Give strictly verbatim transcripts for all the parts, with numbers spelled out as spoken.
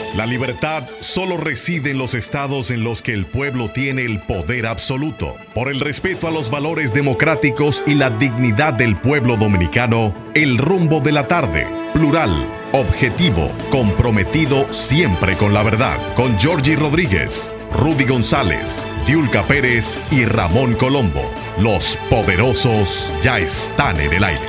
La libertad solo reside en los estados en los que el pueblo tiene el poder absoluto. Por el respeto a los valores democráticos y la dignidad del pueblo dominicano, El Rumbo de la Tarde, plural, objetivo, comprometido siempre con la verdad. Con Georgie Rodríguez, Rudy González, Diulca Pérez y Ramón Colombo. Los poderosos ya están en el aire.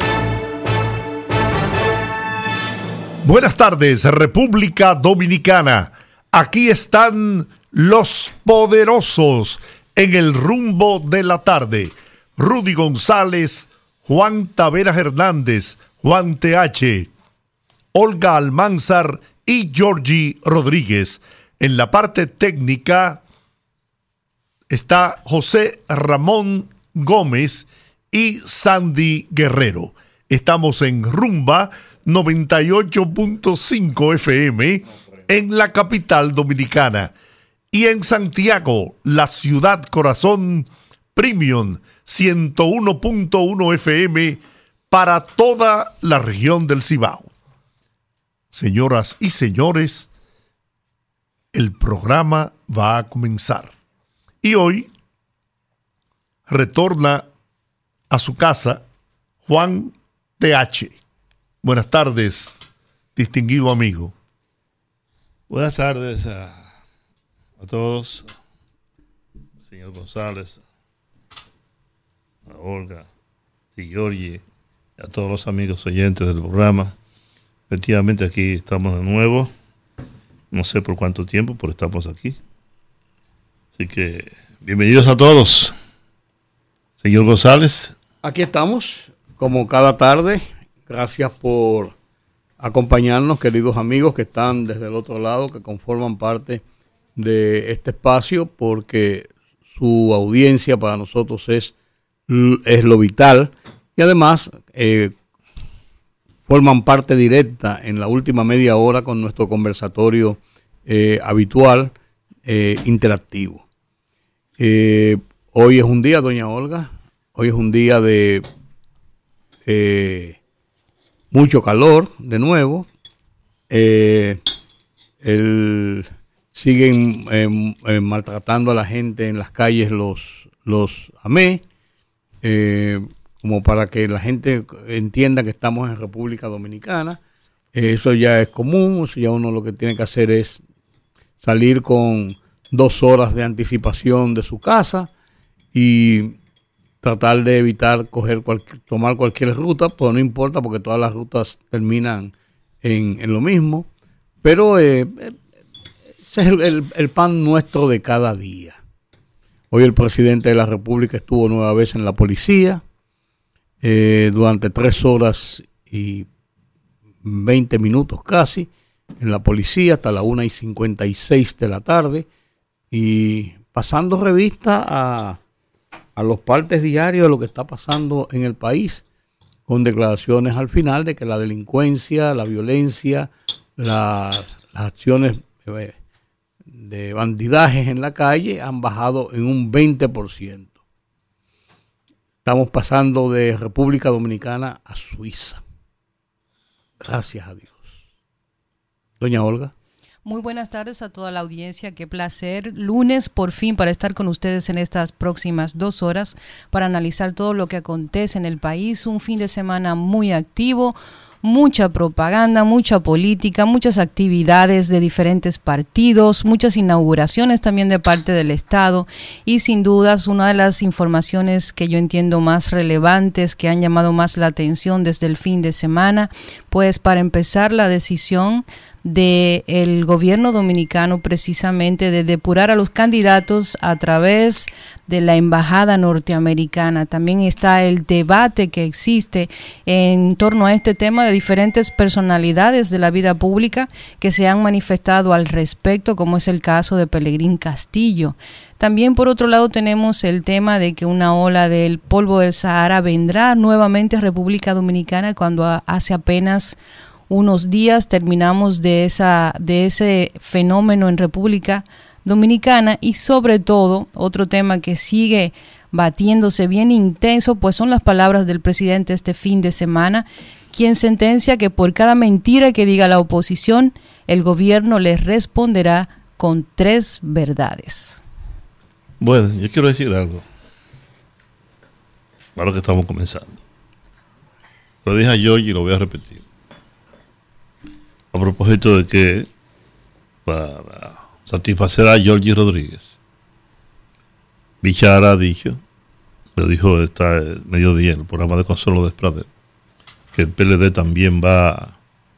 Buenas tardes, República Dominicana. Aquí están los poderosos en El Rumbo de la Tarde. Rudy González, Juan Taveras Hernández, Juan T H, Olga Almanzar y Georgie Rodríguez. En la parte técnica está José Ramón Gómez y Sandy Guerrero. Estamos en Rumba noventa y ocho punto cinco F M en la capital dominicana y en Santiago, la ciudad corazón, Premium ciento uno punto uno F M para toda la región del Cibao. Señoras y señores, el programa va a comenzar y hoy retorna a su casa Juan T H. Buenas tardes, distinguido amigo. Buenas tardes a, a todos, señor González, a Olga, a Georgie, a todos los amigos oyentes del programa. Efectivamente aquí estamos de nuevo, no sé por cuánto tiempo, pero estamos aquí. Así que bienvenidos a todos. Señor González. Aquí estamos, como cada tarde. Gracias por acompañarnos, queridos amigos que están desde el otro lado, que conforman parte de este espacio, porque su audiencia para nosotros es, es lo vital y además eh, forman parte directa en la última media hora con nuestro conversatorio eh, habitual, eh, interactivo. Eh, hoy es un día, doña Olga, hoy es un día de eh, mucho calor, de nuevo. Eh, el, siguen eh, eh, maltratando a la gente en las calles los, los A M E, eh, como para que la gente entienda que estamos en República Dominicana. Eh, eso ya es común, eso ya uno lo que tiene que hacer es salir con dos horas de anticipación de su casa y tratar de evitar coger cualquier, tomar cualquier ruta, pues no importa porque todas las rutas terminan en, en lo mismo, pero eh, ese es el, el, el pan nuestro de cada día. Hoy el presidente de la República estuvo nueva vez en la policía eh, durante tres horas y veinte minutos casi en la policía hasta la una y cincuenta y seis de la tarde y pasando revista a a los partes diarios de lo que está pasando en el país, con declaraciones al final de que la delincuencia, la violencia, la, las acciones de bandidajes en la calle han bajado en un veinte por ciento. Estamos pasando de República Dominicana a Suiza. Gracias a Dios. Doña Olga. Muy buenas tardes a toda la audiencia, qué placer. Lunes por fin para estar con ustedes en estas próximas dos horas para analizar todo lo que acontece en el país. Un fin de semana muy activo, mucha propaganda, mucha política, muchas actividades de diferentes partidos, muchas inauguraciones también de parte del Estado y sin dudas una de las informaciones que yo entiendo más relevantes, que han llamado más la atención desde el fin de semana, pues para empezar la decisión del gobierno dominicano precisamente de depurar a los candidatos a través de la embajada norteamericana. También está el debate que existe en torno a este tema de diferentes personalidades de la vida pública que se han manifestado al respecto, como es el caso de Pelegrín Castillo. También por otro lado tenemos el tema de que una ola del polvo del Sahara vendrá nuevamente a República Dominicana cuando hace apenas unos días terminamos de esa de ese fenómeno en República Dominicana y sobre todo otro tema que sigue batiéndose bien intenso pues son las palabras del presidente este fin de semana, quien sentencia que por cada mentira que diga la oposición, el gobierno les responderá con tres verdades. Bueno, yo quiero decir algo. Ahora que estamos comenzando. Lo dije a George y lo voy a repetir. A propósito de que para satisfacer a George Rodríguez, Bichara ha dicho, lo dijo esta mediodía en el programa de Consuelo Desprader, que el P L D también va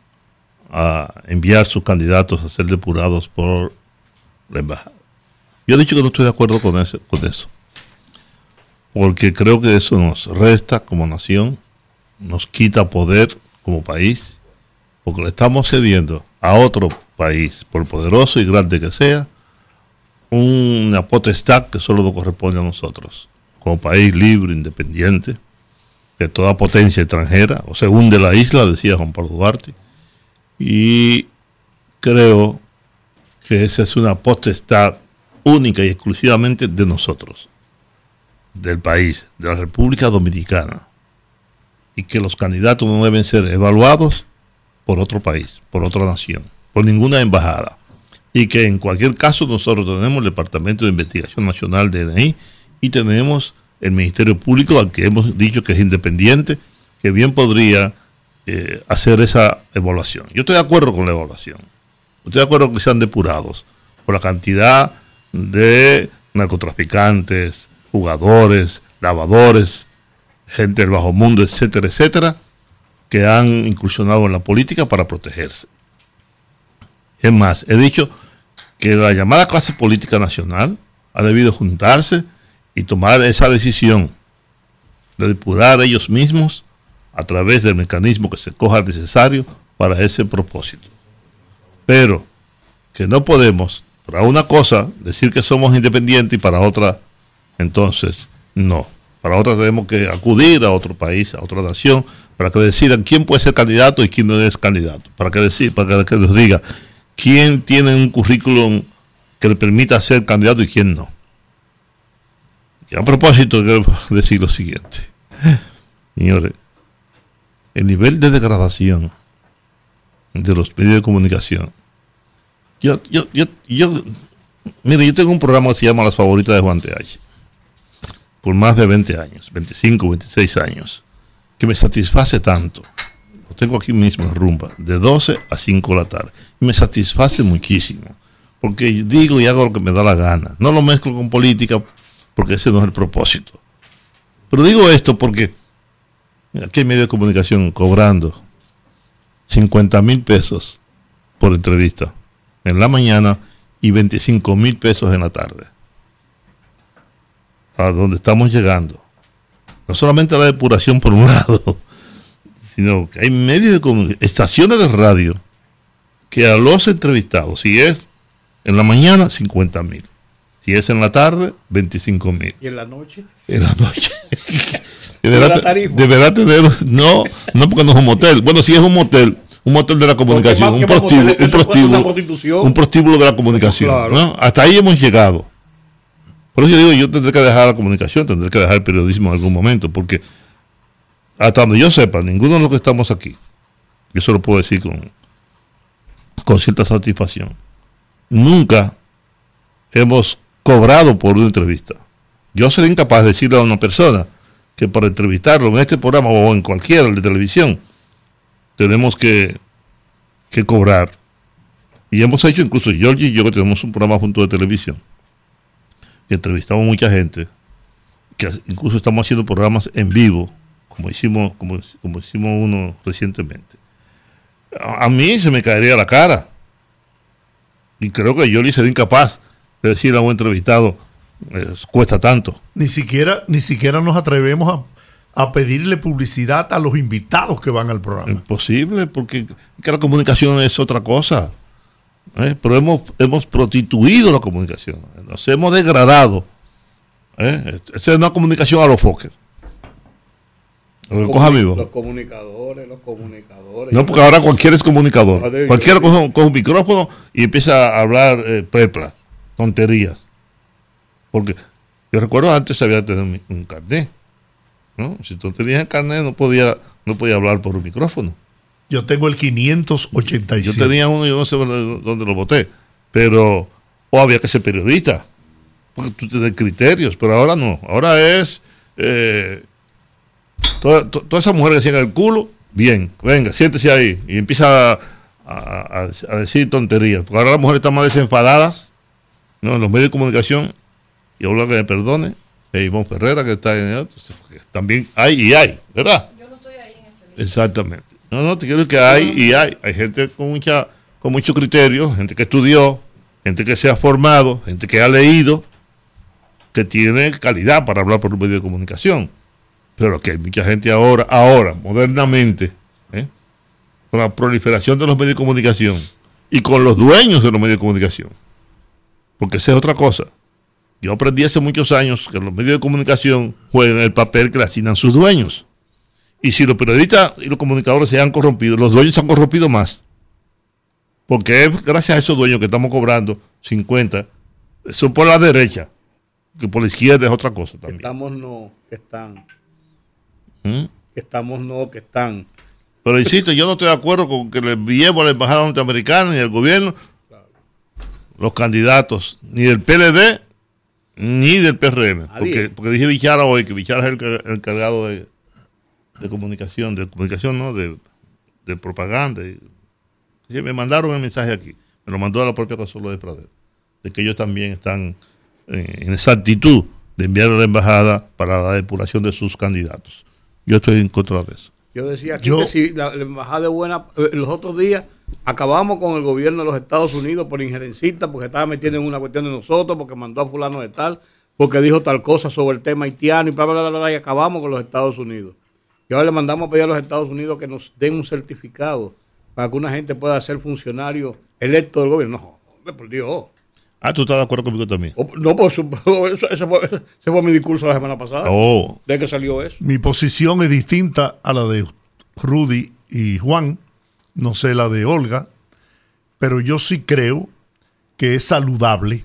a enviar sus candidatos a ser depurados por la embajada. Yo he dicho que no estoy de acuerdo con eso, con eso, porque creo que eso nos resta como nación, nos quita poder como país, porque le estamos cediendo a otro país, por poderoso y grande que sea, una potestad que solo nos corresponde a nosotros, como país libre, independiente, de toda potencia extranjera, o se hunde la isla, decía Juan Pablo Duarte, y creo que esa es una potestad única y exclusivamente de nosotros, del país, de la República Dominicana, y que los candidatos no deben ser evaluados por otro país, por otra nación, por ninguna embajada, y que en cualquier caso nosotros tenemos el Departamento de Investigación Nacional de D N I y tenemos el Ministerio Público, al que hemos dicho que es independiente, que bien podría eh, hacer esa evaluación. Yo estoy de acuerdo con la evaluación, estoy de acuerdo con que sean depurados por la cantidad de narcotraficantes, jugadores, lavadores, gente del bajo mundo, etcétera, etcétera, que han incursionado en la política para protegerse. Es más, he dicho que la llamada clase política nacional ha debido juntarse y tomar esa decisión de depurar ellos mismos a través del mecanismo que se coja necesario para ese propósito. Pero que no podemos, para una cosa, decir que somos independientes y para otra, entonces, no. Para otra tenemos que acudir a otro país, a otra nación, para que decidan quién puede ser candidato y quién no es candidato. Para que, decir, para que nos diga quién tiene un currículum que le permita ser candidato y quién no. Y a propósito, quiero decir lo siguiente. Señores, el nivel de degradación de los medios de comunicación. Yo, yo, yo, yo, mire, yo tengo un programa que se llama Las Favoritas de Juan T H. Por más de veinte años, veinticinco, veintiséis años, que me satisface tanto. Lo tengo aquí mismo en Rumba, de doce a cinco de la tarde. Y me satisface muchísimo, porque digo y hago lo que me da la gana. No lo mezclo con política, porque ese no es el propósito. Pero digo esto porque aquí hay medios de comunicación cobrando cincuenta mil pesos por entrevista en la mañana y veinticinco mil pesos en la tarde. A donde estamos llegando. No solamente la depuración por un lado, sino que hay medios de comunicación, estaciones de radio, que a los entrevistados, si es en la mañana, cincuenta mil. Si es en la tarde, veinticinco mil. ¿Y en la noche? En la noche. deberá, deberá tener, no, no porque no es un motel. Bueno, si es un motel, un motel de la comunicación, un prostíbulo, un prostíbulo, un prostíbulo de la comunicación. Claro. ¿No? Hasta ahí hemos llegado. Por eso yo digo, yo tendré que dejar la comunicación, tendré que dejar el periodismo en algún momento, porque hasta donde yo sepa, ninguno de los que estamos aquí, yo eso lo puedo decir con, con cierta satisfacción, nunca hemos cobrado por una entrevista. Yo sería incapaz de decirle a una persona que para entrevistarlo en este programa o en cualquiera de televisión, tenemos que, que cobrar. Y hemos hecho, incluso George y yo, que tenemos un programa junto de televisión, que entrevistamos mucha gente, que incluso estamos haciendo programas en vivo, como hicimos, como, como hicimos uno recientemente. A, a mí se me caería la cara. Y creo que yo le sería incapaz de decir a un entrevistado, eh, cuesta tanto. Ni siquiera, ni siquiera nos atrevemos a, a pedirle publicidad a los invitados que van al programa. Imposible, porque que la comunicación es otra cosa. ¿Eh? Pero hemos, hemos prostituido la comunicación, nos hemos degradado. ¿Eh? Esa es una comunicación a los foques. Lo que coja vivo. Los comunicadores, los comunicadores. No, porque ahora cualquiera es comunicador. Cualquiera coge, coge un micrófono y empieza a hablar eh, peplas, tonterías. Porque yo recuerdo antes había que tener un, un carnet. ¿No? Si tú tenías el carnet no podías no podía hablar por un micrófono. Yo tengo el quinientos ochenta y siete. Yo tenía uno, yo no sé dónde lo boté, pero o había que ser periodista, porque tú tienes criterios, pero ahora no. Ahora es eh, toda, to, toda esa mujer que hacían el culo, bien, venga, siéntese ahí y empieza a, a, a decir tonterías, porque ahora las mujeres están más desenfadadas, ¿no? En los medios de comunicación, y hablo que me perdone, e Ivonne Ferrera que está en otro, también hay y hay, ¿verdad? Yo no estoy ahí en ese libro. Exactamente. No, no, te quiero decir que hay y hay. Hay gente con mucha, con mucho criterio, gente que estudió, gente que se ha formado, gente que ha leído, que tiene calidad para hablar por un medio de comunicación. Pero que hay mucha gente ahora, ahora, modernamente, ¿eh? Con la proliferación de los medios de comunicación y con los dueños de los medios de comunicación. Porque esa es otra cosa. Yo aprendí hace muchos años que los medios de comunicación juegan el papel que le asignan sus dueños. Y si los periodistas y los comunicadores se han corrompido, los dueños se han corrompido más. Porque es gracias a esos dueños que estamos cobrando cincuenta, son por la derecha, que por la izquierda es otra cosa también. Estamos no, que están. ¿Mm? Que estamos no, que están. Pero insisto, yo no estoy de acuerdo con que le enviemos a la embajada norteamericana ni al gobierno los candidatos, ni del P L D, ni del P R M. Porque, porque dije Bichara hoy, que Bichara es el, el encargado de... de comunicación, de comunicación, no, de, de propaganda. Y, y me mandaron el mensaje aquí, me lo mandó a la propia Consuelo de Pradera, de que ellos también están eh, en esa actitud de enviar a la embajada para la depuración de sus candidatos. Yo estoy en contra de eso. Yo decía aquí Yo, que si la, la embajada es buena, eh, los otros días acabamos con el gobierno de los Estados Unidos por injerencista, porque estaba metiendo en una cuestión de nosotros, porque mandó a fulano de tal, porque dijo tal cosa sobre el tema haitiano y bla, bla, bla, bla, y acabamos con los Estados Unidos. Y ahora le mandamos a pedir a los Estados Unidos que nos den un certificado para que una gente pueda ser funcionario electo del gobierno. No, hombre, por Dios. Ah, ¿tú estás de acuerdo conmigo también? O, no, por supuesto, ese fue, ese fue mi discurso la semana pasada. Oh. ¿De que salió eso? Mi posición es distinta a la de Rudy y Juan, no sé la de Olga, pero yo sí creo que es saludable.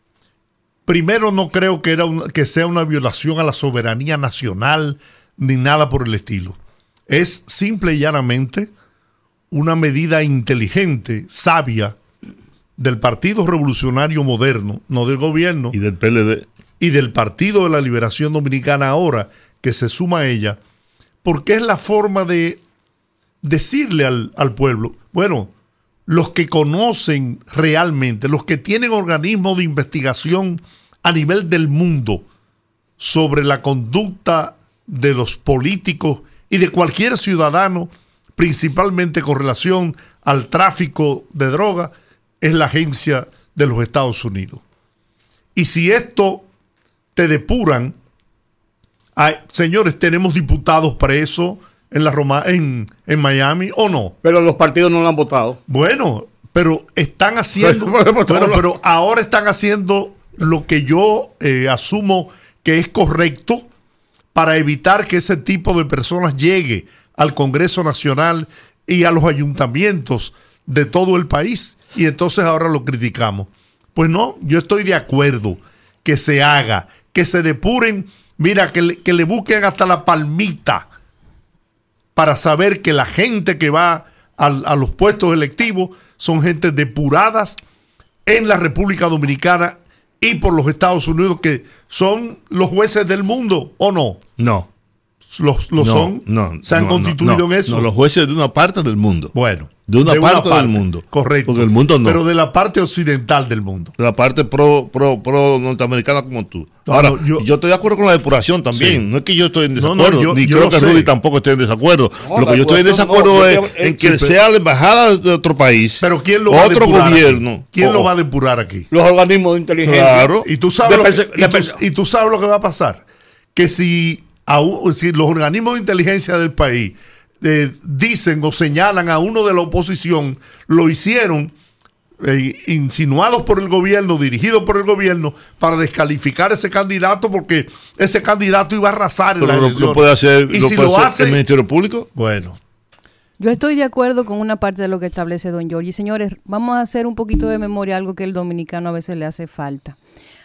Primero, no creo que, era un, que sea una violación a la soberanía nacional ni nada por el estilo. Es simple y llanamente una medida inteligente, sabia, del Partido Revolucionario Moderno, no del gobierno, y del P L D, y del Partido de la Liberación Dominicana ahora, que se suma a ella, porque es la forma de decirle al, al pueblo, bueno, los que conocen realmente, los que tienen organismos de investigación a nivel del mundo sobre la conducta de los políticos y de cualquier ciudadano, principalmente con relación al tráfico de droga, es la agencia de los Estados Unidos. Y si esto te depuran, ay, señores, tenemos diputados presos en la Roma, en, en Miami, ¿o no? Pero los partidos no lo han votado. Bueno, pero están haciendo, bueno, pero ahora están haciendo lo que yo eh, asumo que es correcto para evitar que ese tipo de personas llegue al Congreso Nacional y a los ayuntamientos de todo el país. Y entonces ahora lo criticamos. Pues no, yo estoy de acuerdo que se haga, que se depuren, mira, que le, que le busquen hasta la palmita para saber que la gente que va a, a los puestos electivos son gente depuradas en la República Dominicana y por los Estados Unidos, que son los jueces del mundo, ¿o no? No. Los, los no, son, no, se han no, constituido no, no, en eso. No, los jueces de una parte del mundo. Bueno. De una, de parte, una parte del mundo. Correcto. Porque el mundo no. Pero de la parte occidental del mundo. De la parte pro, pro, pro norteamericana como tú. No, Ahora, no, yo, yo estoy de acuerdo con la depuración también. Sí. No es que yo estoy en desacuerdo, no, no, yo, yo ni creo que Rudy tampoco esté en desacuerdo. No, lo que yo estoy en desacuerdo no, es yo, en que sí, sea la embajada de otro país. Pero ¿quién lo va otro a depurar gobierno. Aquí? ¿Quién oh, lo va a depurar aquí? Los organismos de inteligencia. Claro. Y tú sabes, lo que, y tú, y tú sabes lo que va a pasar. Que si, aún, si los organismos de inteligencia del país Eh, dicen o señalan a uno de la oposición, lo hicieron eh, insinuados por el gobierno, dirigidos por el gobierno, para descalificar ese candidato, porque ese candidato iba a arrasar en la elección. ¿Lo puede hacer, y lo si puede lo hacer hace el Ministerio Público? Bueno. Yo estoy de acuerdo con una parte de lo que establece don Giorgi. Señores, vamos a hacer un poquito de memoria, algo que el dominicano a veces le hace falta.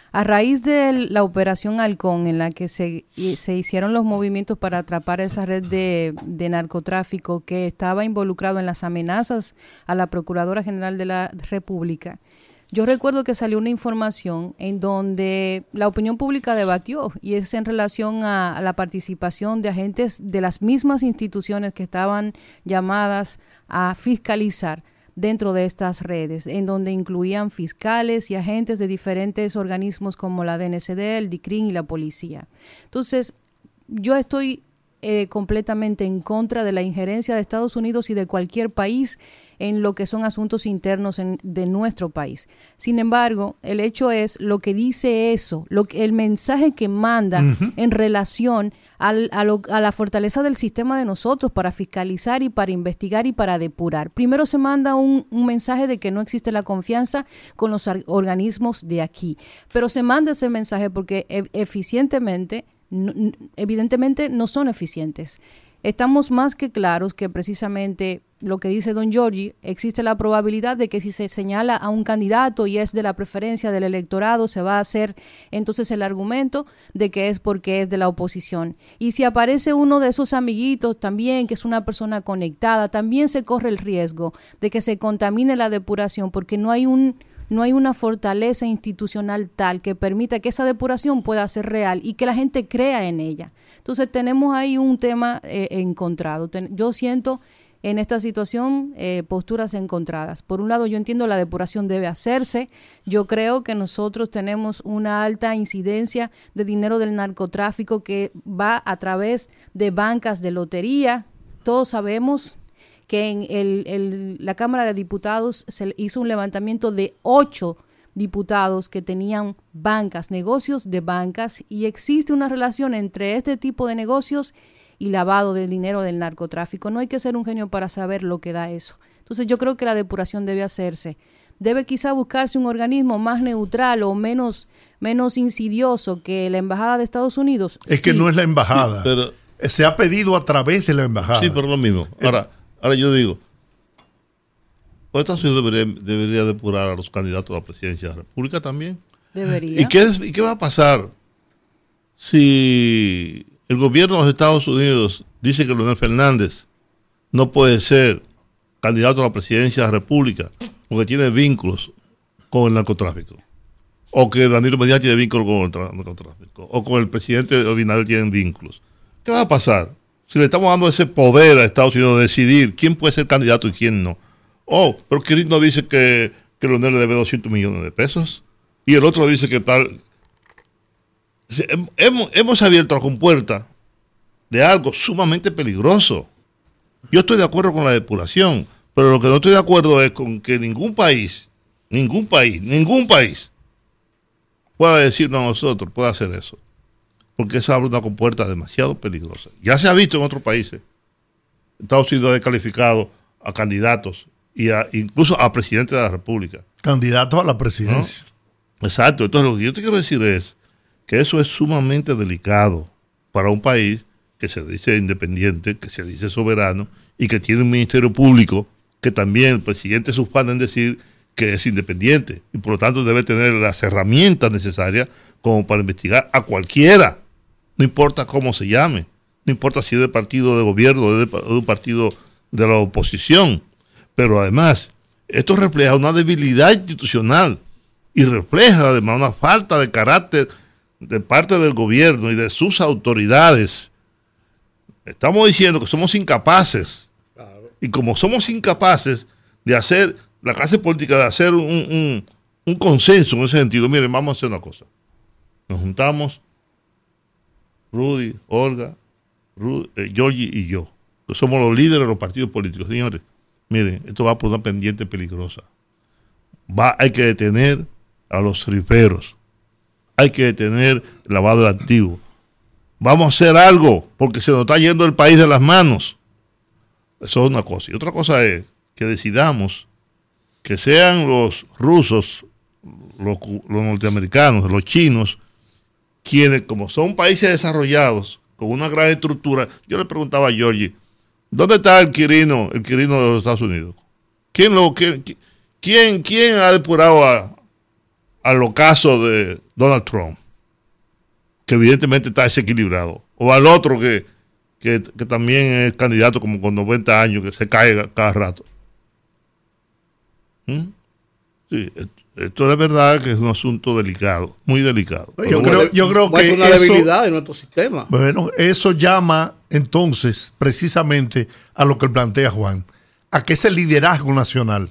A raíz de la operación Halcón, en la que se, se hicieron los movimientos para atrapar esa red de, de narcotráfico que estaba involucrado en las amenazas a la Procuradora General de la República, yo recuerdo que salió una información en donde la opinión pública debatió, y es en relación a, a la participación de agentes de las mismas instituciones que estaban llamadas a fiscalizar dentro de estas redes, en donde incluían fiscales y agentes de diferentes organismos como la D N C D, el DICRIN y la policía. Entonces, yo estoy eh, completamente en contra de la injerencia de Estados Unidos y de cualquier país en lo que son asuntos internos en, de nuestro país. Sin embargo, el hecho es lo que dice eso, lo que, el mensaje que manda uh-huh. en relación al, a, lo, a la fortaleza del sistema de nosotros para fiscalizar y para investigar y para depurar. Primero se manda un, un mensaje de que no existe la confianza con los organismos de aquí, pero se manda ese mensaje porque e- eficientemente, no, evidentemente no son eficientes. Estamos más que claros que precisamente lo que dice don Giorgi, existe la probabilidad de que si se señala a un candidato y es de la preferencia del electorado, se va a hacer entonces el argumento de que es porque es de la oposición. Y si aparece uno de esos amiguitos también, que es una persona conectada, también se corre el riesgo de que se contamine la depuración, porque no hay un no hay una fortaleza institucional tal que permita que esa depuración pueda ser real y que la gente crea en ella. Entonces tenemos ahí un tema eh, encontrado. Ten, yo siento en esta situación eh, posturas encontradas. Por un lado, yo entiendo la depuración debe hacerse. Yo creo que nosotros tenemos una alta incidencia de dinero del narcotráfico que va a través de bancas de lotería. Todos sabemos que en el, el, la Cámara de Diputados se hizo un levantamiento de ocho diputados que tenían bancas, negocios de bancas, y existe una relación entre este tipo de negocios y lavado de dinero del narcotráfico. No hay que ser un genio para saber lo que da eso. Entonces yo creo que la depuración debe hacerse. Debe quizá buscarse un organismo más neutral o menos, menos insidioso que la Embajada de Estados Unidos. Es sí. que no es la Embajada. Sí, pero se ha pedido a través de la Embajada. Sí, pero lo mismo. Ahora, ahora yo digo, pues Estados Unidos debería, debería depurar a los candidatos a la presidencia de la República también. Debería. ¿Y qué, es, ¿Y qué va a pasar si el gobierno de los Estados Unidos dice que Leonel Fernández no puede ser candidato a la presidencia de la República porque tiene vínculos con el narcotráfico? O que Danilo Medina tiene vínculos con el tra- narcotráfico. O con el presidente Abinader tienen vínculos. ¿Qué va a pasar si le estamos dando ese poder a Estados Unidos de decidir quién puede ser candidato y quién no? Oh, pero Quirino dice que, que Leonel le debe doscientos millones de pesos. Y el otro dice que tal. Hemos, hemos abierto la compuerta de algo sumamente peligroso. Yo estoy de acuerdo con la depuración, pero lo que no estoy de acuerdo es con que ningún país, ningún país, ningún país pueda decirnos a nosotros, pueda hacer eso. Porque eso abre una compuerta demasiado peligrosa. Ya se ha visto en otros países. Estados Unidos ha descalificado a candidatos y a, incluso a presidente de la República. Candidatos a la presidencia. ¿No? Exacto. Entonces lo que yo te quiero decir es que eso es sumamente delicado para un país que se dice independiente, que se dice soberano y que tiene un ministerio público que también el presidente suspende en decir que es independiente y por lo tanto debe tener las herramientas necesarias como para investigar a cualquiera, no importa cómo se llame, no importa si es de partido de gobierno o de, de un partido de la oposición, pero además esto refleja una debilidad institucional y refleja además una falta de carácter de parte del gobierno y de sus autoridades. Estamos diciendo que somos incapaces, claro. Y como somos incapaces de hacer, la clase política de hacer un, un, un consenso en ese sentido, miren, vamos a hacer una cosa. Nos juntamos, Rudy, Olga, Rudy, eh, Giorgi y yo, que somos los líderes de los partidos políticos. Señores, miren, esto va por una pendiente peligrosa. Va, hay que detener a los riferos. Hay que detener el lavado de activos. Vamos a hacer algo, porque se nos está yendo el país de las manos. Eso es una cosa. Y otra cosa es que decidamos que sean los rusos, los, los norteamericanos, los chinos, quienes, como son países desarrollados, con una gran estructura. Yo le preguntaba a Giorgi, ¿dónde está el Quirino, el Quirino de los Estados Unidos? ¿Quién lo, quién, quién, quién ha depurado a, al ocaso de Donald Trump, que evidentemente está desequilibrado, o al otro que, que, que también es candidato como con noventa años, que se cae cada rato. ¿Mm? Sí, esto es verdad que es un asunto delicado, muy delicado. Yo creo, yo creo que una eso, debilidad en nuestro sistema. Bueno, eso llama entonces precisamente a lo que plantea Juan, a que ese liderazgo nacional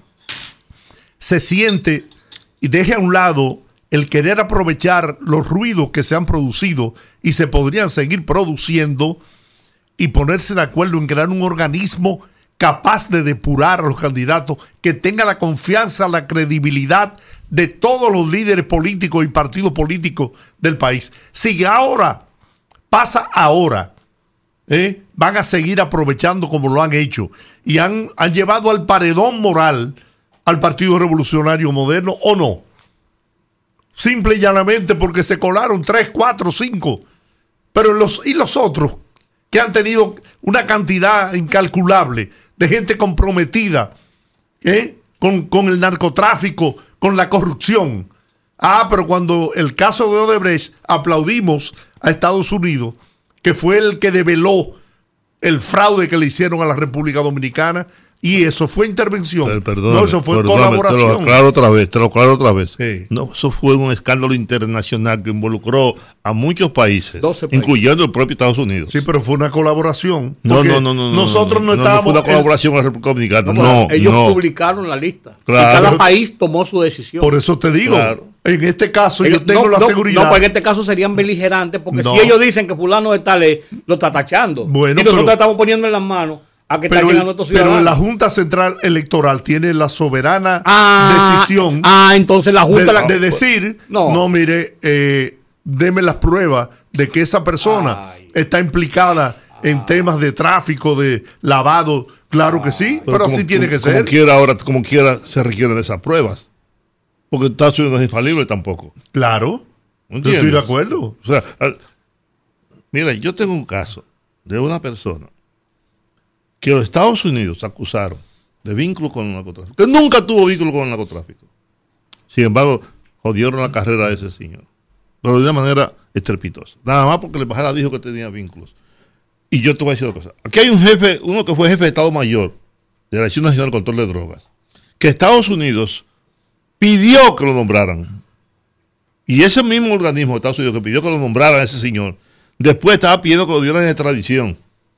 se siente y deje a un lado el querer aprovechar los ruidos que se han producido y se podrían seguir produciendo y ponerse de acuerdo en crear un organismo capaz de depurar a los candidatos, que tenga la confianza, la credibilidad de todos los líderes políticos y partidos políticos del país. Si ahora pasa ahora, ¿eh? van a seguir aprovechando como lo han hecho y han, han llevado al paredón moral al Partido Revolucionario Moderno, ¿o no? Simple y llanamente porque se colaron tres, cuatro, cinco. Pero los, y los otros que han tenido una cantidad incalculable de gente comprometida ¿eh? con, con el narcotráfico, con la corrupción. Ah, pero cuando el caso de Odebrecht aplaudimos a Estados Unidos, que fue el que develó el fraude que le hicieron a la República Dominicana, y eso fue intervención. Pero, perdón, no, eso fue perdóname, colaboración. Te lo aclaro otra vez, te lo aclaro otra vez. Sí. No, eso fue un escándalo internacional que involucró a muchos países, doce países, incluyendo el propio Estados Unidos. Sí, pero fue una colaboración. No, no, no, no. Nosotros no, no, no estábamos. No fue una colaboración con la República Dominicana. No, no, ellos no. publicaron la lista. Claro. Y cada país tomó su decisión. Por eso te digo. Claro. En este caso ellos, yo tengo no, la no, seguridad. No, pues en este caso serían beligerantes, porque no. si ellos dicen que fulano de tal es, lo está tachando. Bueno, y nosotros pero, estamos poniendo en las manos a que pero tachuen el, a nuestros ciudadanos. Pero la Junta Central Electoral tiene la soberana ah, decisión ah, entonces la Junta de, la, de decir, no, no mire, eh, deme las pruebas de que esa persona Ay. está implicada en temas de tráfico, de lavado. Claro que sí, pero, pero como, así tiene como, que ser. Como quiera ahora, como quiera se requieren de esas pruebas. Porque Estados Unidos no es infalible tampoco. Claro, yo estoy de acuerdo. O sea, al, mira, yo tengo un caso de una persona que los Estados Unidos acusaron de vínculo con el narcotráfico, que nunca tuvo vínculo con el narcotráfico. Sin embargo, jodieron la carrera de ese señor, pero de una manera estrepitosa. Nada más porque la embajada dijo que tenía vínculos. Y yo te voy a decir una cosa. Aquí hay un jefe, uno que fue jefe de Estado Mayor de la Dirección Nacional de Control de Drogas, que Estados Unidos pidió que lo nombraran. Y ese mismo organismo de Estados Unidos que pidió que lo nombraran a ese señor, después estaba pidiendo que lo dieran en extradición.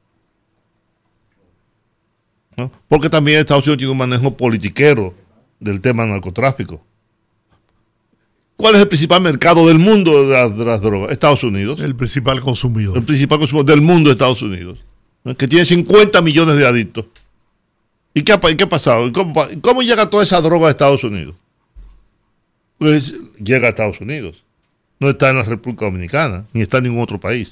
¿No? Porque también Estados Unidos tiene un manejo politiquero del tema del narcotráfico. ¿Cuál es el principal mercado del mundo de las, de las drogas? Estados Unidos. El principal consumidor. El principal consumidor del mundo de Estados Unidos. ¿No? Que tiene cincuenta millones de adictos. ¿Y qué ha, qué ha pasado? ¿Y cómo, ¿Cómo llega toda esa droga a Estados Unidos? Pues llega a Estados Unidos. No está en la República Dominicana, ni está en ningún otro país.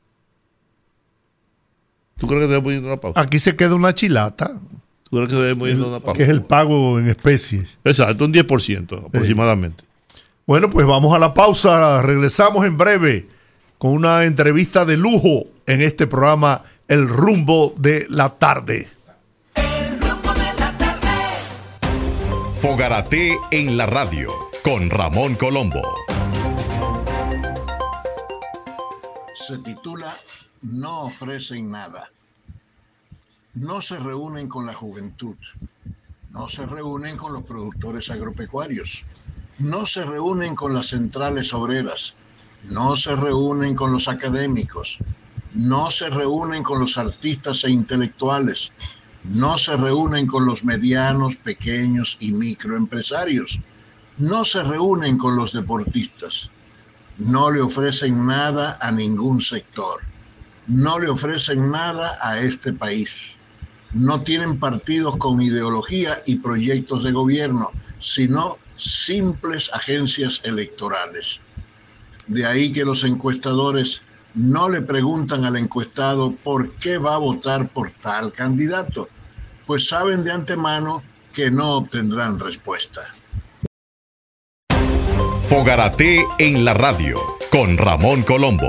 ¿Tú crees que debemos ir a una pausa? Aquí se queda una chilata. ¿Tú crees que debemos ir a una pausa? Que es el pago en especies. Exacto, un diez por ciento aproximadamente. Sí. Bueno, pues vamos a la pausa. Regresamos en breve con una entrevista de lujo en este programa El Rumbo de la Tarde. El Rumbo de la Tarde. Fogarate en la radio con Ramón Colombo. Se titula No ofrecen nada. No se reúnen con la juventud, no se reúnen con los productores agropecuarios, no se reúnen con las centrales obreras, no se reúnen con los académicos, no se reúnen con los artistas e intelectuales, no se reúnen con los medianos, pequeños y microempresarios, no se reúnen con los deportistas, no le ofrecen nada a ningún sector, no le ofrecen nada a este país. No tienen partidos con ideología y proyectos de gobierno, sino simples agencias electorales. De ahí que los encuestadores no le preguntan al encuestado por qué va a votar por tal candidato, pues saben de antemano que no obtendrán respuesta. Fogarate en la radio con Ramón Colombo.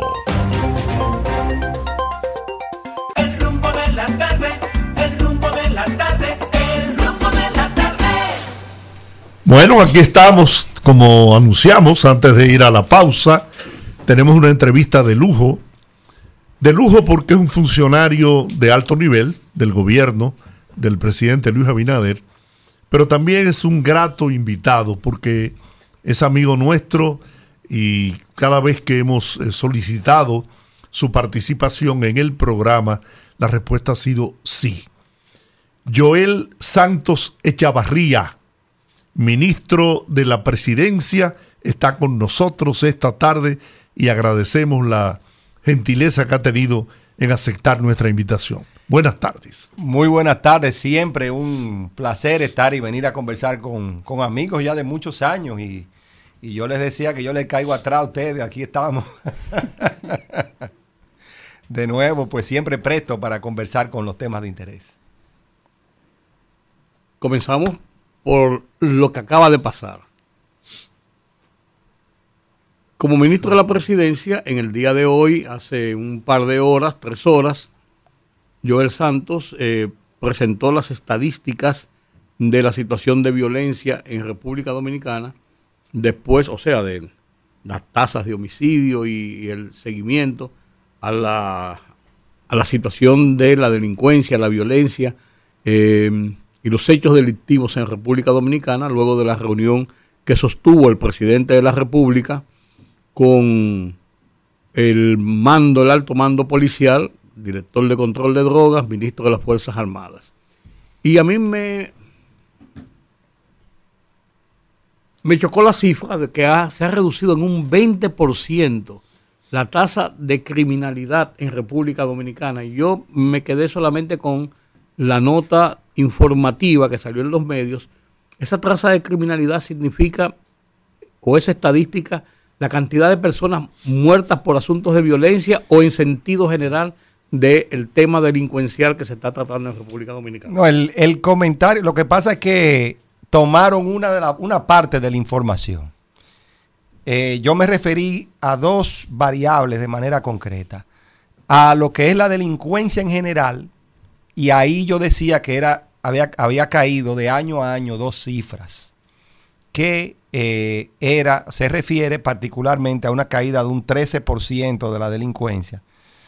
El rumbo de la tarde, el rumbo de la tarde, el rumbo de la tarde. Bueno, aquí estamos Como anunciamos antes de ir a la pausa, tenemos una entrevista de lujo. De lujo porque es un funcionario de alto nivel del gobierno del presidente Luis Abinader, pero también es un grato invitado porque es amigo nuestro y cada vez que hemos solicitado su participación en el programa, la respuesta ha sido sí. Joel Santos Echavarría, ministro de la Presidencia, está con nosotros esta tarde y agradecemos la gentileza que ha tenido en aceptar nuestra invitación. Buenas tardes. Muy buenas tardes, siempre un placer estar y venir a conversar con, con amigos ya de muchos años y, y yo les decía que yo les caigo atrás a ustedes, aquí estábamos de nuevo, pues siempre presto para conversar con los temas de interés. Comenzamos por lo que acaba de pasar. Como ministro de la Presidencia, en el día de hoy, hace un par de horas, tres horas, Joel Santos eh, presentó las estadísticas de la situación de violencia en República Dominicana, después, o sea, de las tasas de homicidio y, y el seguimiento a la, a la situación de la delincuencia, la violencia eh, y los hechos delictivos en República Dominicana, luego de la reunión que sostuvo el presidente de la República con el mando, el alto mando policial, director de control de drogas, ministro de las Fuerzas Armadas. Y a mí me, me chocó la cifra de que ha, se ha reducido en un veinte por ciento la tasa de criminalidad en República Dominicana. Y yo me quedé solamente con la nota informativa que salió en los medios. Esa tasa de criminalidad significa, o esa estadística, la cantidad de personas muertas por asuntos de violencia o en sentido general del tema delincuencial que se está tratando en República Dominicana. No, el, el comentario, lo que pasa es que tomaron una, de la, una parte de la información. Eh, yo me referí a dos variables de manera concreta. A lo que es la delincuencia en general, y ahí yo decía que era había, había caído de año a año dos cifras, que eh, era, se refiere particularmente a una caída de un trece por ciento de la delincuencia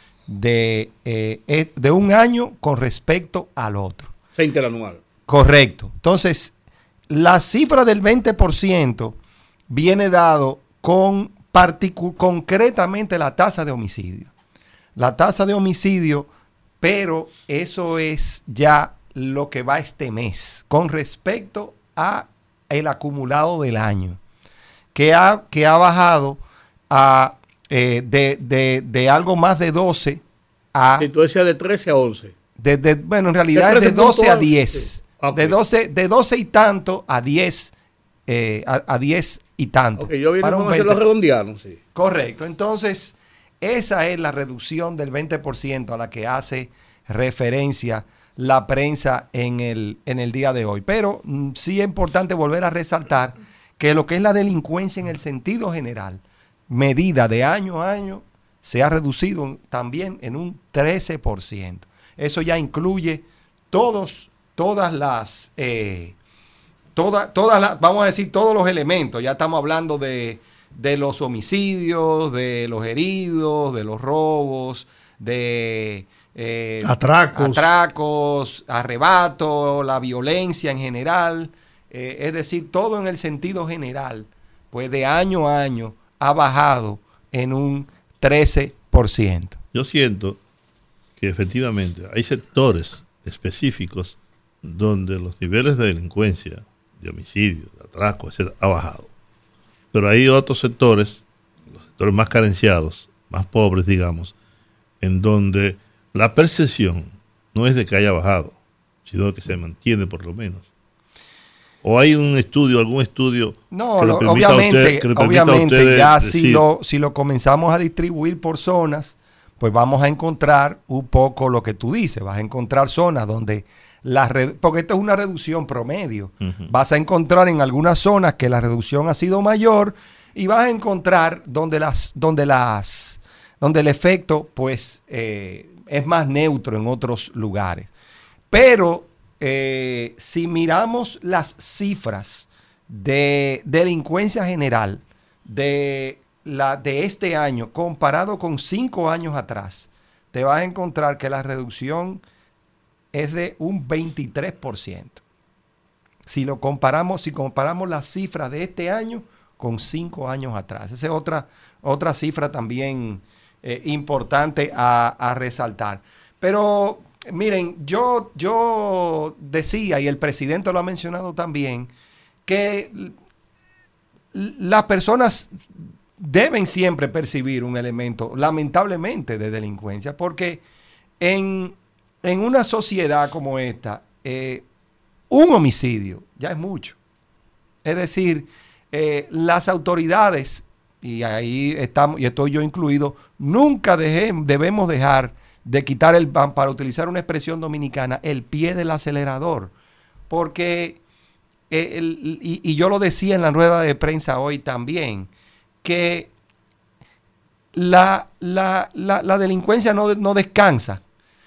de, eh, de un año con respecto al otro. O sea, interanual. Correcto. Entonces, la cifra del veinte por ciento viene dado con particu- concretamente la tasa de homicidio. La tasa de homicidio, pero eso es ya lo que va este mes con respecto a el acumulado del año, que ha, que ha bajado a eh, de, de, de algo más de doce a... Entonces sea de trece a once. De, de, bueno, en realidad es de doce a diez. Sí. Okay. De, doce, de doce y tanto a diez, eh, a, a diez y tanto. Ok, yo vi cómo se lo redondearon, sí. Correcto. Entonces, esa es la reducción del veinte por ciento a la que hace referencia la prensa en el, en el día de hoy. Pero mm, sí es importante volver a resaltar que lo que es la delincuencia en el sentido general, medida de año a año, se ha reducido también en un trece por ciento. Eso ya incluye todos, todas las, eh, toda, todas las, vamos a decir, todos los elementos. Ya estamos hablando de, de los homicidios, de los heridos, de los robos, de... Eh, atracos. atracos, arrebato, la violencia en general, eh, es decir, todo en el sentido general, pues de año a año ha bajado en un trece por ciento. Yo siento que efectivamente hay sectores específicos donde los niveles de delincuencia, de homicidio, de atraco, etcétera, ha bajado. Pero hay otros sectores, los sectores más carenciados, más pobres, digamos, en donde la percepción no es de que haya bajado, sino que se mantiene por lo menos. ¿O hay un estudio, algún estudio no, que lo, le permita obviamente, a usted, que le permita obviamente a usted ya decir? si lo, si lo comenzamos a distribuir por zonas, pues vamos a encontrar un poco lo que tú dices, vas a encontrar zonas donde la red, porque esto es una reducción promedio, uh-huh. Vas a encontrar en algunas zonas que la reducción ha sido mayor y vas a encontrar donde las, donde las, donde el efecto, pues, eh, es más neutro en otros lugares. Pero eh, si miramos las cifras de delincuencia general de, la, de este año comparado con cinco años atrás, te vas a encontrar que la reducción es de un veintitrés por ciento. Si lo comparamos, si comparamos las cifras de este año con cinco años atrás. Esa es otra, otra cifra también eh, importante a, a resaltar. Pero miren, yo, yo decía, y el presidente lo ha mencionado también, que las personas deben siempre percibir un elemento, lamentablemente, de delincuencia, porque en, en una sociedad como esta, eh, un homicidio ya es mucho. Es decir, eh, las autoridades, y ahí estamos, y estoy yo incluido, nunca deje, debemos dejar de quitar el, para utilizar una expresión dominicana, el pie del acelerador, porque El, y, y yo lo decía en la rueda de prensa hoy también, que la, la, la, la delincuencia no, no descansa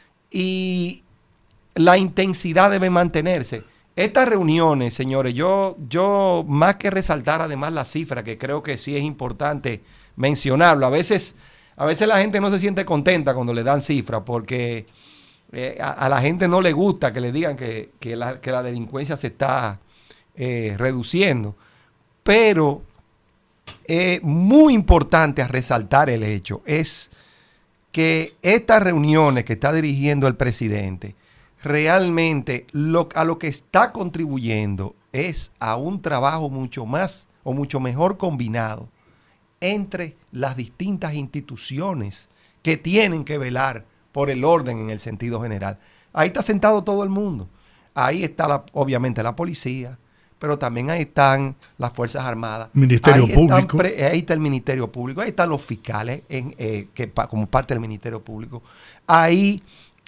y la intensidad debe mantenerse. Estas reuniones, señores, yo, yo más que resaltar además la cifra, que creo que sí es importante mencionarlo, a veces, a veces la gente no se siente contenta cuando le dan cifras, porque eh, a, a la gente no le gusta que le digan que, que, la, que la delincuencia se está Eh, reduciendo, pero eh, muy importante a resaltar el hecho es que estas reuniones que está dirigiendo el presidente realmente lo, a lo que está contribuyendo es a un trabajo mucho más o mucho mejor combinado entre las distintas instituciones que tienen que velar por el orden en el sentido general. Ahí está sentado todo el mundo. Ahí está la, obviamente la policía, pero también ahí están las Fuerzas Armadas. Ministerio ahí Público. Pre, ahí está el Ministerio Público, ahí están los fiscales en, eh, que pa, como parte del Ministerio Público. Ahí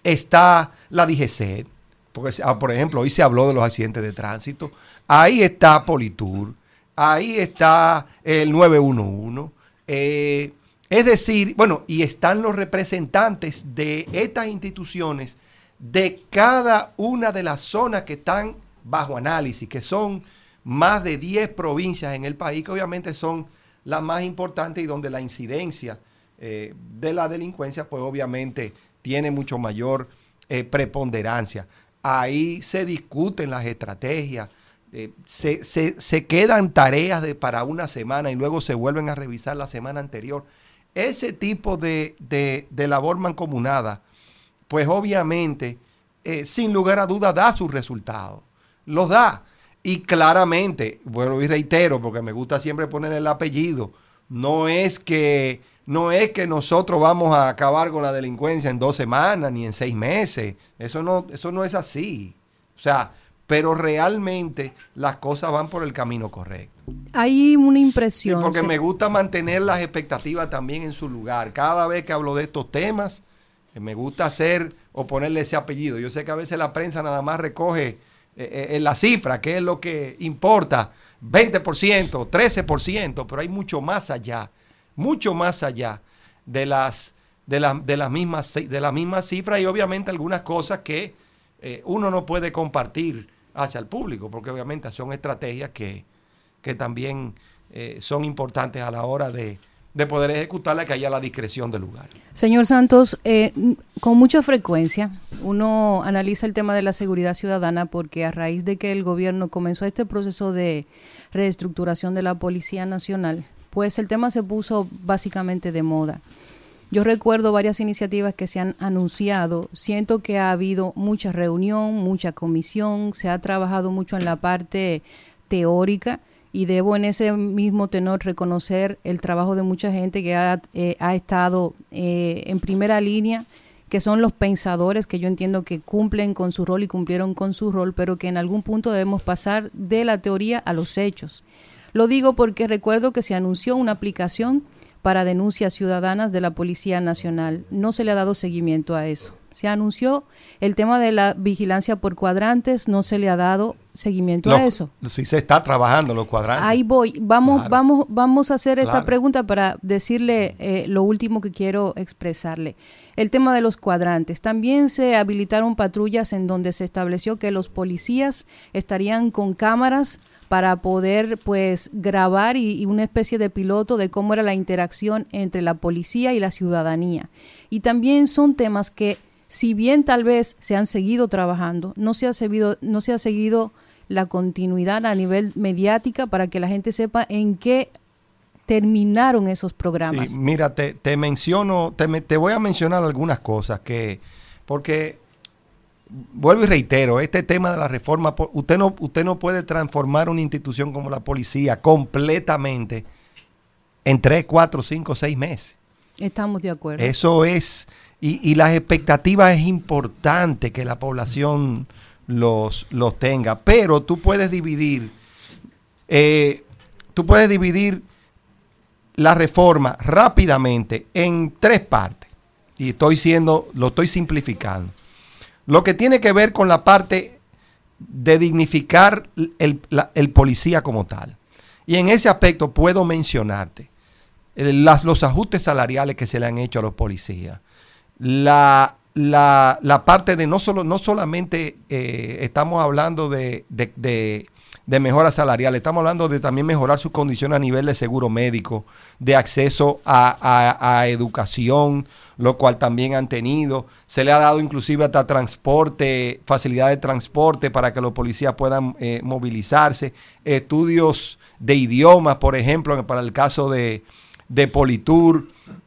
está la D G C, porque por ejemplo, hoy se habló de los accidentes de tránsito. Ahí está Politur, ahí está el nueve uno uno. Eh, es decir, bueno, y están los representantes de estas instituciones de cada una de las zonas que están bajo análisis, que son más de diez provincias en el país, que obviamente son las más importantes y donde la incidencia eh, de la delincuencia, pues obviamente tiene mucho mayor eh, preponderancia. Ahí se discuten las estrategias, eh, se, se, se quedan tareas de, para una semana y luego se vuelven a revisar la semana anterior. Ese tipo de, de, de labor mancomunada, pues obviamente, eh, sin lugar a duda, da sus resultados. Los da. Y claramente, bueno, y reitero, porque me gusta siempre poner el apellido, no es que, no es que nosotros vamos a acabar con la delincuencia en dos semanas ni en seis meses. Eso no, eso no es así. O sea, pero realmente las cosas van por el camino correcto. Hay una impresión. Y porque me gusta mantener las expectativas también en su lugar. Cada vez que hablo de estos temas, me gusta hacer o ponerle ese apellido. Yo sé que a veces la prensa nada más recoge Eh, en la cifra, que es lo que importa, veinte por ciento, trece por ciento, pero hay mucho más allá, mucho más allá de las, de la, de las, mismas, de las mismas cifras y obviamente algunas cosas que eh, uno no puede compartir hacia el público, porque obviamente son estrategias que, que también eh, son importantes a la hora de, de poder ejecutarla, que haya la discreción del lugar. Señor Santos, eh, con mucha frecuencia uno analiza el tema de la seguridad ciudadana porque a raíz de que el gobierno comenzó este proceso de reestructuración de la Policía Nacional, pues el tema se puso básicamente de moda. Yo recuerdo varias iniciativas que se han anunciado, siento que ha habido mucha reunión, mucha comisión, se ha trabajado mucho en la parte teórica, y debo en ese mismo tenor reconocer el trabajo de mucha gente que ha, eh, ha estado eh, en primera línea, que son los pensadores, que yo entiendo que cumplen con su rol y cumplieron con su rol, pero que en algún punto debemos pasar de la teoría a los hechos. Lo digo porque recuerdo que se anunció una aplicación para denuncias ciudadanas de la Policía Nacional. No se le ha dado seguimiento a eso. Se anunció el tema de la vigilancia por cuadrantes, no se le ha dado seguimiento los, a eso. Sí se está trabajando los cuadrantes. Ahí voy. Vamos, claro. vamos, vamos a hacer esta claro. pregunta para decirle eh, lo último que quiero expresarle. El tema de los cuadrantes. También se habilitaron patrullas en donde se estableció que los policías estarían con cámaras para poder pues grabar y, y una especie de piloto de cómo era la interacción entre la policía y la ciudadanía. Y también son temas que, si bien tal vez se han seguido trabajando, no se ha seguido, no se ha seguido la continuidad a nivel mediática para que la gente sepa en qué terminaron esos programas. Sí, mira, te, te menciono, te, te voy a mencionar algunas cosas que, porque vuelvo y reitero, este tema de la reforma, usted no, usted no puede transformar una institución como la policía completamente en tres, cuatro, cinco, seis meses. Estamos de acuerdo. Eso es, y, y las expectativas es importante que la población los, los tenga, pero tú puedes dividir, eh, tú puedes dividir la reforma rápidamente en tres partes, y estoy siendo, lo estoy simplificando. Lo que tiene que ver con la parte de dignificar el, la, el policía como tal. Y en ese aspecto puedo mencionarte eh, las, los ajustes salariales que se le han hecho a los policías. La, la, la parte de no, solo, no solamente eh, estamos hablando de, de, de de mejoras salariales, estamos hablando de también mejorar sus condiciones a nivel de seguro médico, de acceso a, a, a educación, lo cual también han tenido. Se le ha dado inclusive hasta transporte, facilidad de transporte para que los policías puedan eh, movilizarse, estudios de idiomas, por ejemplo, para el caso de, de Politur.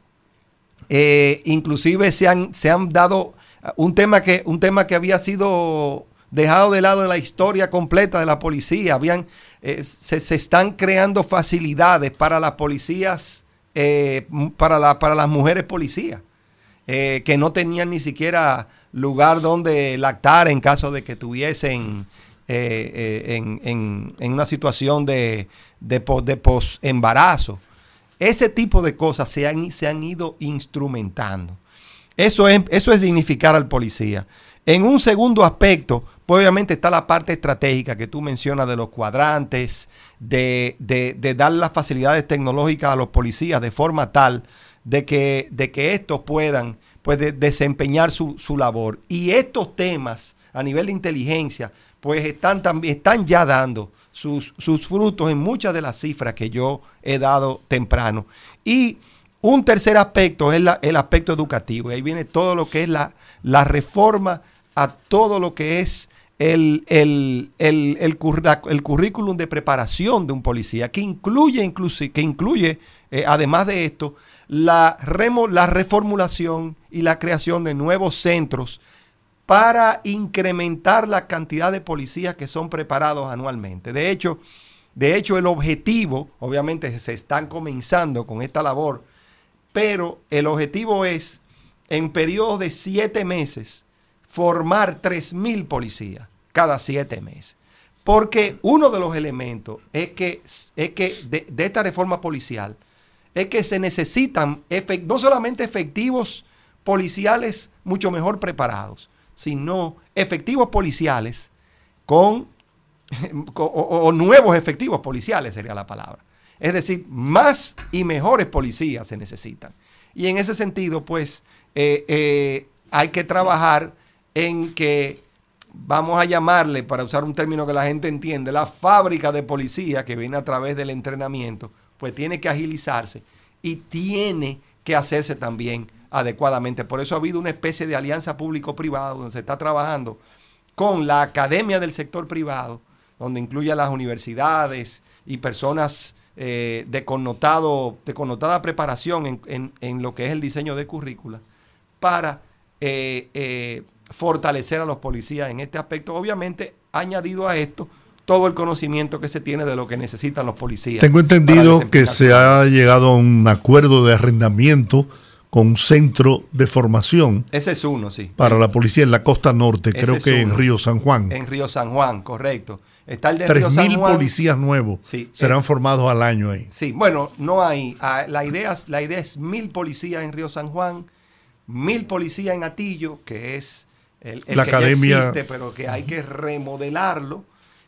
Eh, inclusive se han, se han dado un tema que, un tema que había sido dejado de lado en la historia completa de la policía. Habían, eh, se, se están creando facilidades para las policías, eh, para, la, para las mujeres policías, eh, que no tenían ni siquiera lugar donde lactar en caso de que tuviesen eh, eh, en, en, en una situación de, de, pos, de posembarazo. Ese tipo de cosas se han, se han ido instrumentando. Eso es, eso es dignificar al policía. En un segundo aspecto, pues obviamente está la parte estratégica que tú mencionas de los cuadrantes, de, de, de dar las facilidades tecnológicas a los policías de forma tal de que, de que estos puedan pues, de, desempeñar su, su labor. Y estos temas a nivel de inteligencia pues están, también, están ya dando sus, sus frutos en muchas de las cifras que yo he dado temprano. Y un tercer aspecto es la, el aspecto educativo. Y ahí viene todo lo que es la, la reforma a todo lo que es el, el, el, el, curra, el currículum de preparación de un policía, que incluye, inclusive, que incluye eh, además de esto, la, remo, la reformulación y la creación de nuevos centros para incrementar la cantidad de policías que son preparados anualmente. De hecho, de hecho el objetivo, obviamente se están comenzando con esta labor, pero el objetivo es, en periodos de siete meses, formar tres mil policías cada siete meses. Porque uno de los elementos es que, es que de, de esta reforma policial es que se necesitan efect, no solamente efectivos policiales mucho mejor preparados, sino efectivos policiales con, con o, o nuevos efectivos policiales sería la palabra. Es decir, más y mejores policías se necesitan. Y en ese sentido, pues, eh, eh, hay que trabajar en que, vamos a llamarle, para usar un término que la gente entiende, la fábrica de policía que viene a través del entrenamiento, pues tiene que agilizarse y tiene que hacerse también adecuadamente. Por eso ha habido una especie de alianza público-privada donde se está trabajando con la academia del sector privado, donde incluye a las universidades y personas eh, de, connotado, de connotada preparación en, en, en lo que es el diseño de currícula, para eh, eh, fortalecer a los policías en este aspecto. Obviamente, añadido a esto, todo el conocimiento que se tiene de lo que necesitan los policías. Tengo entendido que se ha llegado a un acuerdo de arrendamiento con un centro de formación. Ese es uno, sí. Para la policía en la costa norte, Ese creo que uno. en Río San Juan. En Río San Juan, correcto. Está el de Río San Juan. tres mil policías nuevos sí, serán eh, formados al año ahí. Sí, bueno, no hay. Ah, la, idea, la idea es mil policías en Río San Juan, mil policías en Atillo, que es el, el la que academia... ya existe, pero que hay que remodelarlo,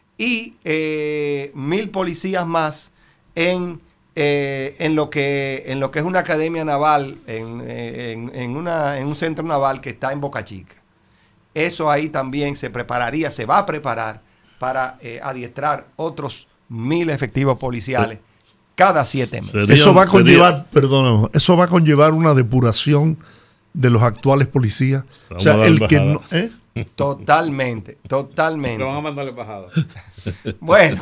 y eh, mil policías más en, eh, en, lo que, en lo que es una academia naval, en, en, en, una, en un centro naval que está en Boca Chica. Eso ahí también se prepararía, se va a preparar para eh, adiestrar otros mil efectivos policiales cada siete meses. Eso va a conllevar, perdón, eso va a conllevar una depuración de los actuales policías. O sea, el que no, ¿eh? Totalmente, totalmente. Pero van a mandarle embajada. Bueno,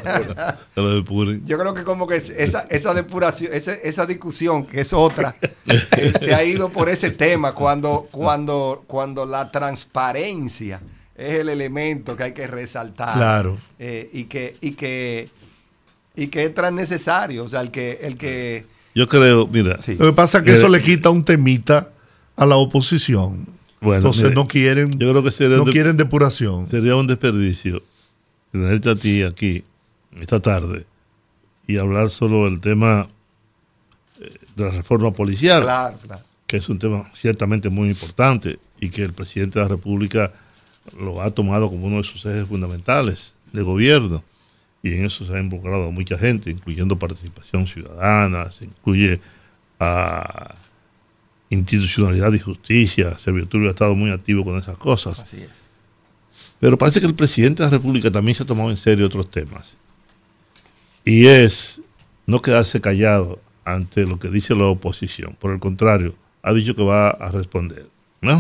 yo creo que como que esa, esa depuración, esa, esa discusión, que es otra, eh, se ha ido por ese tema cuando, cuando, cuando la transparencia es el elemento que hay que resaltar. Claro. Eh, y que, y que, y que es tan necesario. O sea, el que, el que. Yo creo, mira. Sí. Lo que pasa es que eso le quita un temita a la oposición. Bueno, entonces mire, no quieren, yo creo que sería no de, quieren depuración. Sería un desperdicio tenerte a ti aquí esta tarde y hablar solo del tema de la reforma policial, claro, claro. que es un tema ciertamente muy importante y que el presidente de la República lo ha tomado como uno de sus ejes fundamentales de gobierno, y en eso se ha involucrado a mucha gente, incluyendo participación ciudadana, se incluye a institucionalidad y justicia. Serviturio ha estado muy activo con esas cosas. Así es. Pero parece que el presidente de la República también se ha tomado en serio otros temas. Y es no quedarse callado ante lo que dice la oposición. Por el contrario, ha dicho que va a responder, ¿no?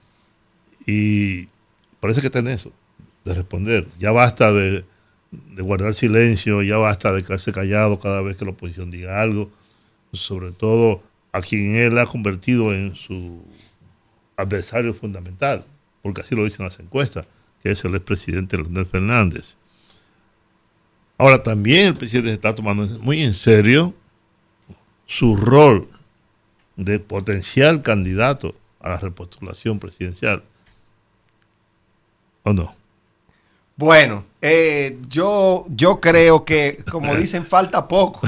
Y parece que está en eso, de responder. Ya basta de, de guardar silencio, ya basta de quedarse callado cada vez que la oposición diga algo, sobre todo a quien él ha convertido en su adversario fundamental, porque así lo dicen las encuestas, que es el expresidente Leonel Fernández. Ahora, también el presidente se está tomando muy en serio su rol de potencial candidato a la repostulación presidencial. ¿O no? Bueno, eh, yo, yo creo que, como dicen, falta poco.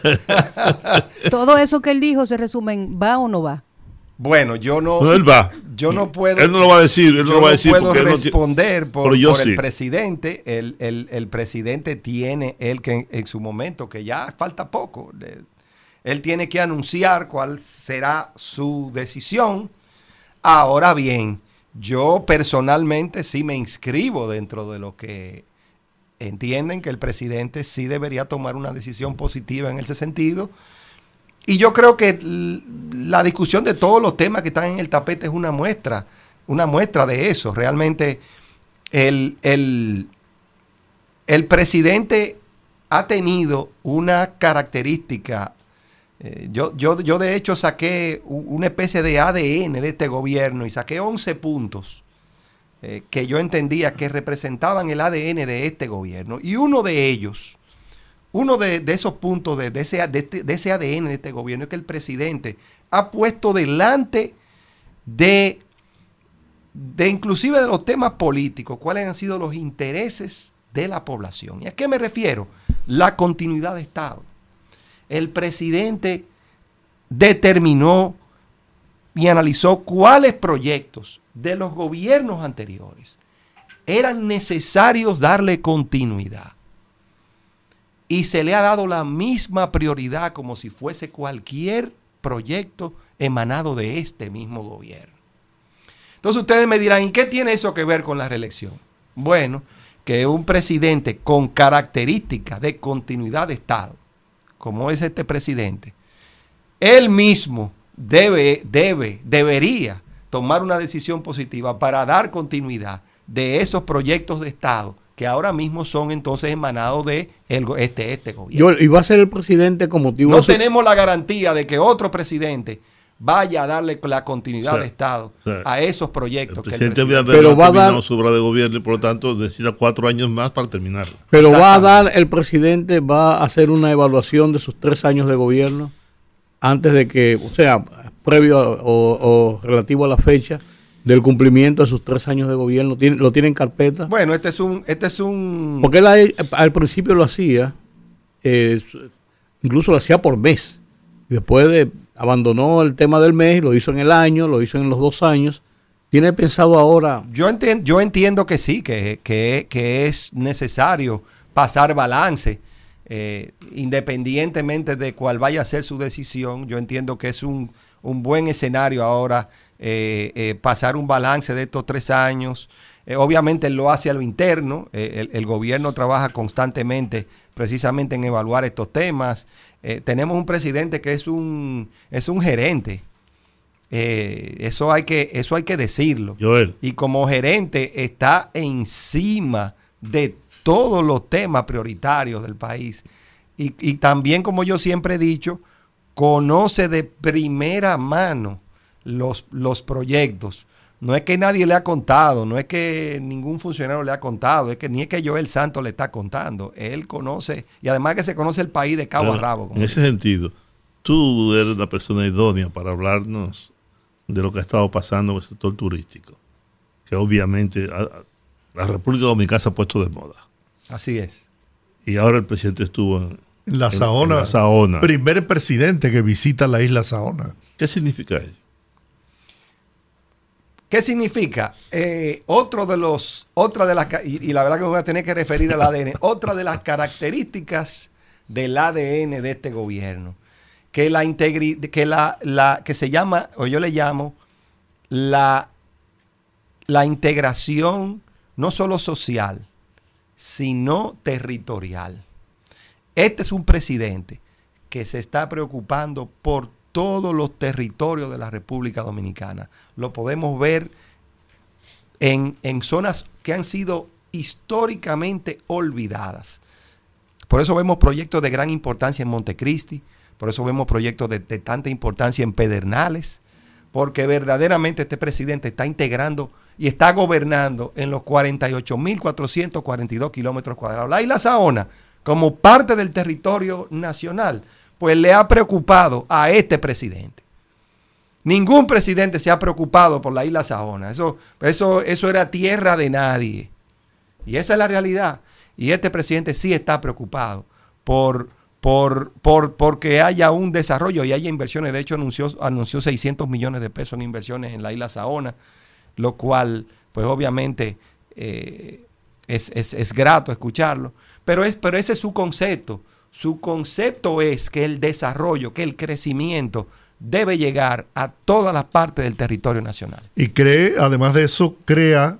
Todo eso que él dijo se resume en ¿va o no va? Bueno, yo no. No, él va. Yo no puedo. Él no lo va a decir. Él no lo va a decir. Yo no puedo porque responder él no, por, yo por sí. el presidente. El, el, el presidente tiene, él que en, en su momento, que ya falta poco, él, él tiene que anunciar cuál será su decisión. Ahora bien, yo personalmente sí me inscribo dentro de lo que entienden que el presidente sí debería tomar una decisión positiva en ese sentido. Y yo creo que la discusión de todos los temas que están en el tapete es una muestra, una muestra de eso. Realmente el, el, el presidente ha tenido una característica. Eh, yo, yo, yo de hecho saqué una especie de A D N de este gobierno y saqué once puntos eh, que yo entendía que representaban el A D N de este gobierno. Y uno de ellos, uno de, de esos puntos de, de, ese, de, de ese A D N de este gobierno es que el presidente ha puesto delante de, de inclusive de los temas políticos, cuáles han sido los intereses de la población. ¿Y a qué me refiero? La continuidad de Estado. El presidente determinó y analizó cuáles proyectos de los gobiernos anteriores eran necesarios darle continuidad. Y se le ha dado la misma prioridad como si fuese cualquier proyecto emanado de este mismo gobierno. Entonces ustedes me dirán, ¿y qué tiene eso que ver con la reelección? Bueno, que un presidente con características de continuidad de Estado, como es este presidente, él mismo debe, debe, debería tomar una decisión positiva para dar continuidad de esos proyectos de Estado que ahora mismo son entonces emanados de el, este, este gobierno. Yo, y va a ser el presidente con motivo No de su... tenemos la garantía de que otro presidente vaya a darle la continuidad o sea, de Estado o sea, a esos proyectos. El presidente, que el presidente pero va a dar su obra de gobierno y por lo tanto necesita cuatro años más para terminarla. Pero va a dar, el presidente va a hacer una evaluación de sus tres años de gobierno antes de que, o sea, previo a, o, o relativo a la fecha del cumplimiento de sus tres años de gobierno. ¿Tiene, ¿Lo tiene en carpeta? Bueno, este es un... Este es un... Porque él al, al principio lo hacía, eh, incluso lo hacía por mes. Después de abandonó el tema del mes, lo hizo en el año, lo hizo en los dos años. ¿Tiene pensado ahora? Yo entiendo, yo entiendo que sí, que, que, que es necesario pasar balance, eh, independientemente de cuál vaya a ser su decisión. Yo entiendo que es un, un buen escenario ahora eh, eh, pasar un balance de estos tres años, Eh, obviamente él lo hace a lo interno, eh, el, el gobierno trabaja constantemente precisamente en evaluar estos temas. Eh, tenemos un presidente que es un, es un gerente. Eh, eso hay que, eso hay que decirlo. Joel. Y como gerente está encima de todos los temas prioritarios del país. Y, y también, como yo siempre he dicho, conoce de primera mano los, los proyectos. No es que nadie le ha contado, no es que ningún funcionario le ha contado, es que ni es que Joel Santos le está contando. Él conoce, y además que se conoce el país de cabo Pero, a rabo. En ese sentido, tú eres la persona idónea para hablarnos de lo que ha estado pasando en el sector turístico, que obviamente a, a, la República Dominicana se ha puesto de moda. Así es. Y ahora el presidente estuvo en, En la en- Saona. en la Saona. Primer presidente que visita la isla Saona. ¿Qué significa ello? ¿Qué significa? Eh, otro de los, otra de las, ca- y, y la verdad que me voy a tener que referir al A D N, otra de las características del A D N de este gobierno, que la integri, que la, la, que se llama, o yo le llamo, la, la integración no solo social, sino territorial. Este es un presidente que se está preocupando por todos los territorios de la República Dominicana. Lo podemos ver en, en zonas que han sido históricamente olvidadas. Por eso vemos proyectos de gran importancia en Montecristi, por eso vemos proyectos de, de tanta importancia en Pedernales, porque verdaderamente este presidente está integrando y está gobernando en los cuarenta y ocho mil cuatrocientos cuarenta y dos kilómetros cuadrados. La isla Saona, como parte del territorio nacional, pues le ha preocupado a este presidente. Ningún presidente se ha preocupado por la isla Saona. Eso, eso, eso era tierra de nadie. Y esa es la realidad. Y este presidente sí está preocupado por, por, por, porque haya un desarrollo y haya inversiones. De hecho, anunció, anunció seiscientos millones de pesos en inversiones en la isla Saona, lo cual, pues obviamente, eh, es, es, es grato escucharlo. Pero, es, pero ese es su concepto. Su concepto es que el desarrollo, que el crecimiento debe llegar a todas las partes del territorio nacional. Y cree, además de eso, crea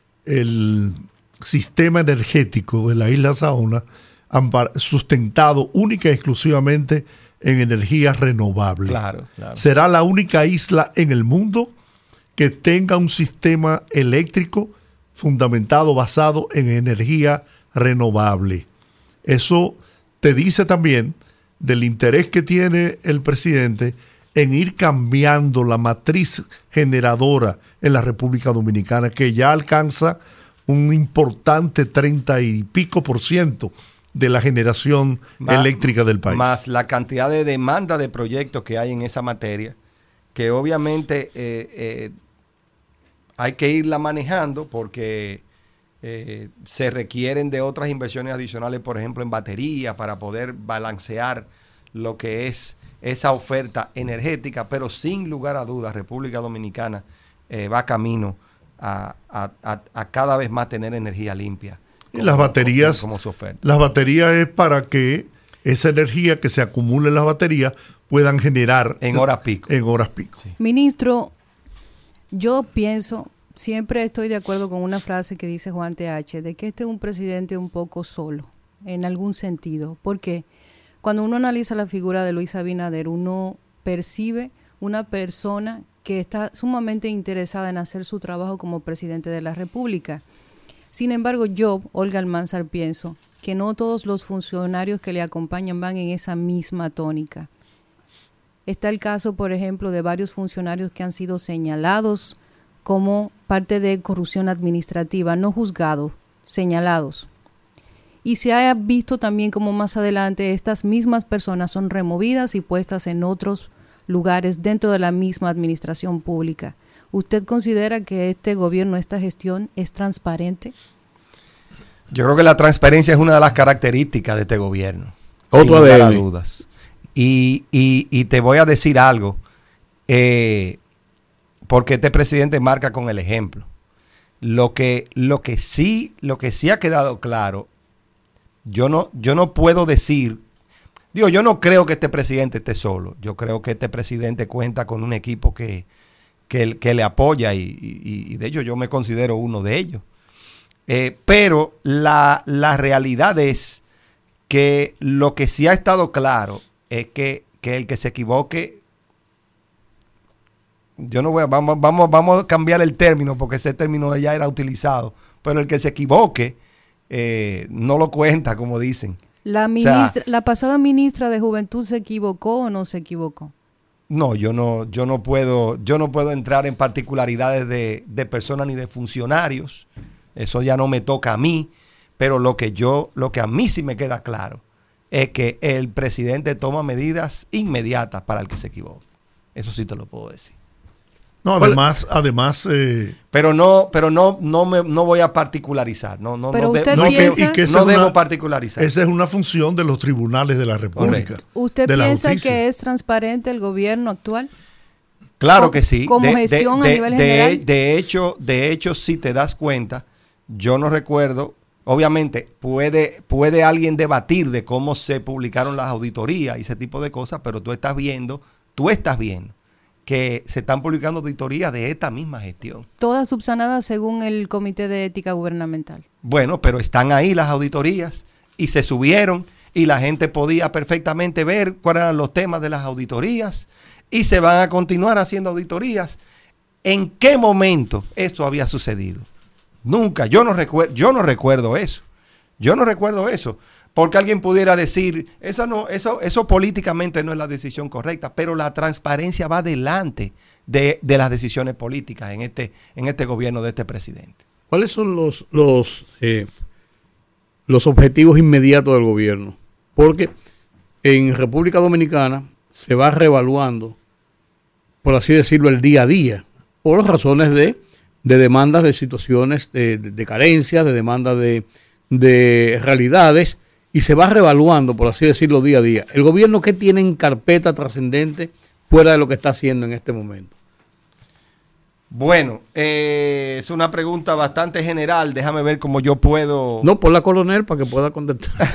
el sistema energético de la isla Saona ampar- sustentado única y exclusivamente en energías renovables. Claro, claro. Será la única isla en el mundo que tenga un sistema eléctrico fundamentado, basado en energía renovable. Eso te dice también del interés que tiene el presidente en ir cambiando la matriz generadora en la República Dominicana, que ya alcanza un importante treinta y pico por ciento de la generación Más- eléctrica del país. Más la cantidad de demanda de proyectos que hay en esa materia, que obviamente eh, eh, hay que irla manejando porque eh, se requieren de otras inversiones adicionales, por ejemplo, en batería, para poder balancear lo que es esa oferta energética, pero sin lugar a dudas, República Dominicana eh, va camino a, a- a- a cada vez más tener energía limpia. Y las baterías, como, como su oferta. las baterías es para que esa energía que se acumule en las baterías puedan generar En horas pico. En horas pico. Ministro, yo pienso, siempre estoy de acuerdo con una frase que dice Juan T H, de que este es un presidente un poco solo, en algún sentido. Porque cuando uno analiza la figura de Luis Abinader, uno percibe una persona que está sumamente interesada en hacer su trabajo como presidente de la República. Sin embargo, yo, Olga Almanzar, pienso que no todos los funcionarios que le acompañan van en esa misma tónica. Está el caso, por ejemplo, de varios funcionarios que han sido señalados como parte de corrupción administrativa, no juzgados, señalados. Y se ha visto también como más adelante estas mismas personas son removidas y puestas en otros lugares dentro de la misma administración pública. ¿Usted considera que este gobierno, esta gestión es transparente? Yo creo que la transparencia es una de las características de este gobierno. Otro sin lugar a A D N. dudas. Y, y, y te voy a decir algo, eh, porque este presidente marca con el ejemplo. Lo que, lo que sí, lo que sí ha quedado claro, yo no, yo no puedo decir, digo, yo no creo que este presidente esté solo. Yo creo que este presidente cuenta con un equipo que, que, que le apoya y, y, y de hecho yo me considero uno de ellos. Eh, pero la, la realidad es que lo que sí ha estado claro es que, que el que se equivoque, yo no voy a, vamos, vamos, vamos a cambiar el término porque ese término ya era utilizado, pero el que se equivoque eh, no lo cuenta, como dicen. La, ministra, o sea, la pasada ministra de Juventud ¿se equivocó o no se equivocó? No, yo no, yo no puedo, yo no puedo entrar en particularidades de, de personas ni de funcionarios. Eso ya no me toca a mí, pero lo que yo, lo que a mí sí me queda claro es que el presidente toma medidas inmediatas para el que se equivoque. Eso sí te lo puedo decir. No, además, además, eh, pero no, pero no, no me, no voy a particularizar. No, no, pero no, usted de, no, piensa, que, y que no una, debo particularizar. Esa es una función de los tribunales de la República. Correcto. ¿Usted de piensa la justicia. que es transparente el gobierno actual? Claro que sí. Como de, gestión de, a de, nivel de, general. de hecho, de hecho, si te das cuenta, yo no recuerdo. Obviamente, puede, puede alguien debatir de cómo se publicaron las auditorías y ese tipo de cosas, pero tú estás viendo, tú estás viendo que se están publicando auditorías de esta misma gestión. Todas subsanadas según el Comité de Ética Gubernamental. Bueno, pero están ahí las auditorías y se subieron y la gente podía perfectamente ver cuáles eran los temas de las auditorías y se van a continuar haciendo auditorías. ¿En qué momento esto había sucedido? Nunca, yo no recuerdo, yo no recuerdo eso. Yo no recuerdo eso. Porque alguien pudiera decir, eso no, eso, eso políticamente no es la decisión correcta, pero la transparencia va delante de, de las decisiones políticas en este, en este gobierno de este presidente. ¿Cuáles son los, los, eh, los objetivos inmediatos del gobierno? Porque en República Dominicana se va reevaluando, por así decirlo, el día a día, por razones de, de demandas de situaciones de, de, de carencia, de demandas de, de realidades, y se va reevaluando, por así decirlo, día a día. ¿El gobierno qué tiene en carpeta trascendente fuera de lo que está haciendo en este momento? Bueno, eh, es una pregunta bastante general. Déjame ver cómo yo puedo... No, por la coronel para que pueda contestar.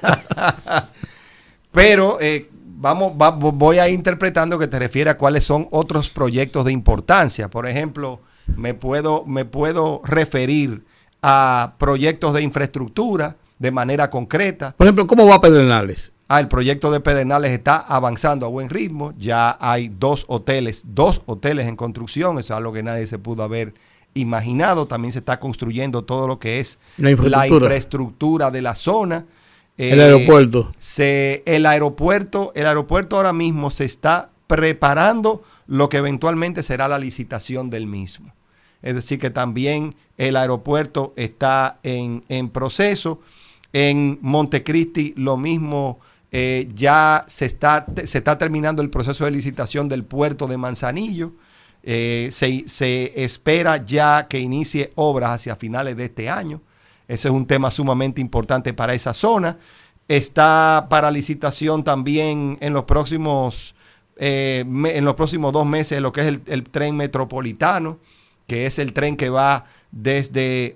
Pero eh, vamos, va, voy a ir interpretando que te refiere a cuáles son otros proyectos de importancia. Por ejemplo, me puedo, me puedo referir a proyectos de infraestructura de manera concreta. Por ejemplo, ¿cómo va Pedernales? Ah, el proyecto de Pedernales está avanzando a buen ritmo. Ya hay dos hoteles, dos hoteles en construcción. Eso es algo que nadie se pudo haber imaginado. También se está construyendo todo lo que es la infraestructura, la infraestructura de la zona. El eh, aeropuerto. Se, el aeropuerto. El aeropuerto ahora mismo se está preparando lo que eventualmente será la licitación del mismo. Es decir, que también el aeropuerto está en, en proceso. En Montecristi lo mismo, eh, ya se está, se está terminando el proceso de licitación del puerto de Manzanillo. Eh, se, se espera ya que inicie obras hacia finales de este año. Ese es un tema sumamente importante para esa zona. Está para licitación también en los próximos, eh, me, en los próximos dos meses lo que es el, el tren metropolitano, que es el tren que va desde...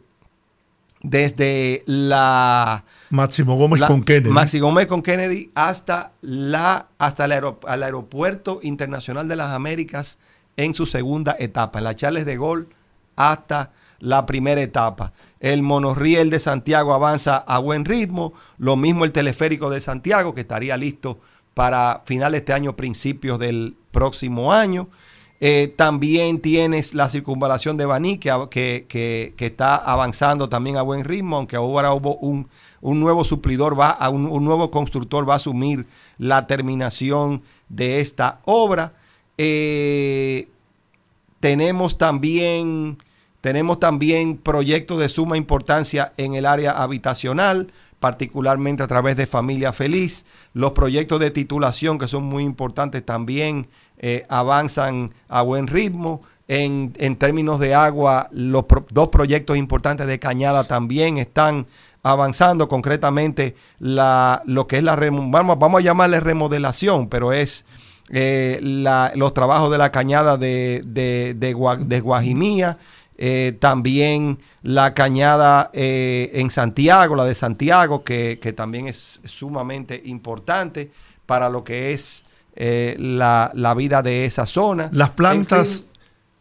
desde la Máximo Gómez la, con Kennedy Máximo Gómez con Kennedy hasta la hasta el, aerop el aeropuerto internacional de las Américas en su segunda etapa, en la Charles de Gaulle hasta la primera etapa. El monorriel de Santiago avanza a buen ritmo, lo mismo el teleférico de Santiago, que estaría listo para finales de este año, principios del próximo año. Eh, también tienes la circunvalación de Baní, que, que, que, que está avanzando también a buen ritmo, aunque ahora hubo un, un nuevo suplidor, va a un, un nuevo constructor va a asumir la terminación de esta obra. Eh, tenemos también, tenemos también proyectos de suma importancia en el área habitacional, particularmente a través de Familia Feliz. Los proyectos de titulación, que son muy importantes también, eh, avanzan a buen ritmo. En, en términos de agua, los pro, dos proyectos importantes de Cañada también están avanzando. Concretamente, la, lo que es la, vamos, vamos a llamarle remodelación, pero es eh, la, los trabajos de la Cañada de, de, de, de, de Guajimía. Eh, también la cañada eh, en Santiago, la de Santiago, que, que también es sumamente importante para lo que es eh, la, la vida de esa zona. Las plantas,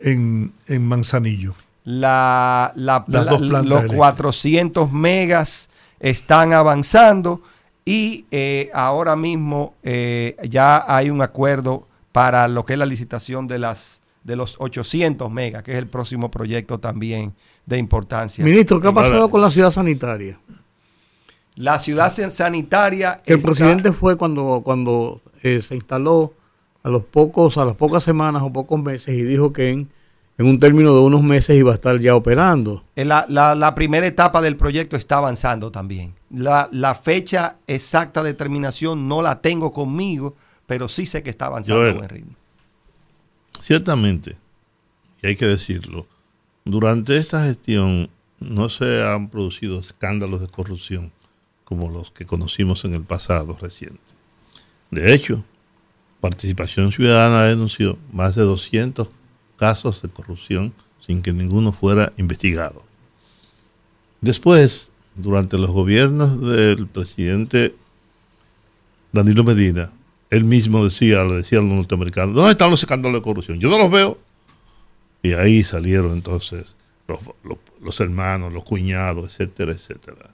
en, en Manzanillo? La, la, Las la, dos plantas los eléctricas. cuatrocientos megas están avanzando y eh, ahora mismo eh, ya hay un acuerdo para lo que es la licitación de las de los ochocientos megas, que es el próximo proyecto también de importancia. Ministro, ¿qué ha pasado Ahora, con la ciudad sanitaria? La ciudad sanitaria Que el está- presidente fue cuando, cuando eh, se instaló a los pocos, a las pocas semanas o pocos meses y dijo que en, en un término de unos meses iba a estar ya operando. En La, la, la primera etapa del proyecto está avanzando también. La, la fecha exacta de terminación no la tengo conmigo, pero sí sé que está avanzando Joel. a buen ritmo. Ciertamente, y hay que decirlo, durante esta gestión no se han producido escándalos de corrupción como los que conocimos en el pasado reciente. De hecho, Participación Ciudadana denunció más de doscientos casos de corrupción sin que ninguno fuera investigado. Después, durante los gobiernos del presidente Danilo Medina, él mismo decía, le decía a los norteamericanos, ¿dónde están los escándalos de corrupción? Yo no los veo. Y ahí salieron entonces los, los, los hermanos, los cuñados, etcétera, etcétera.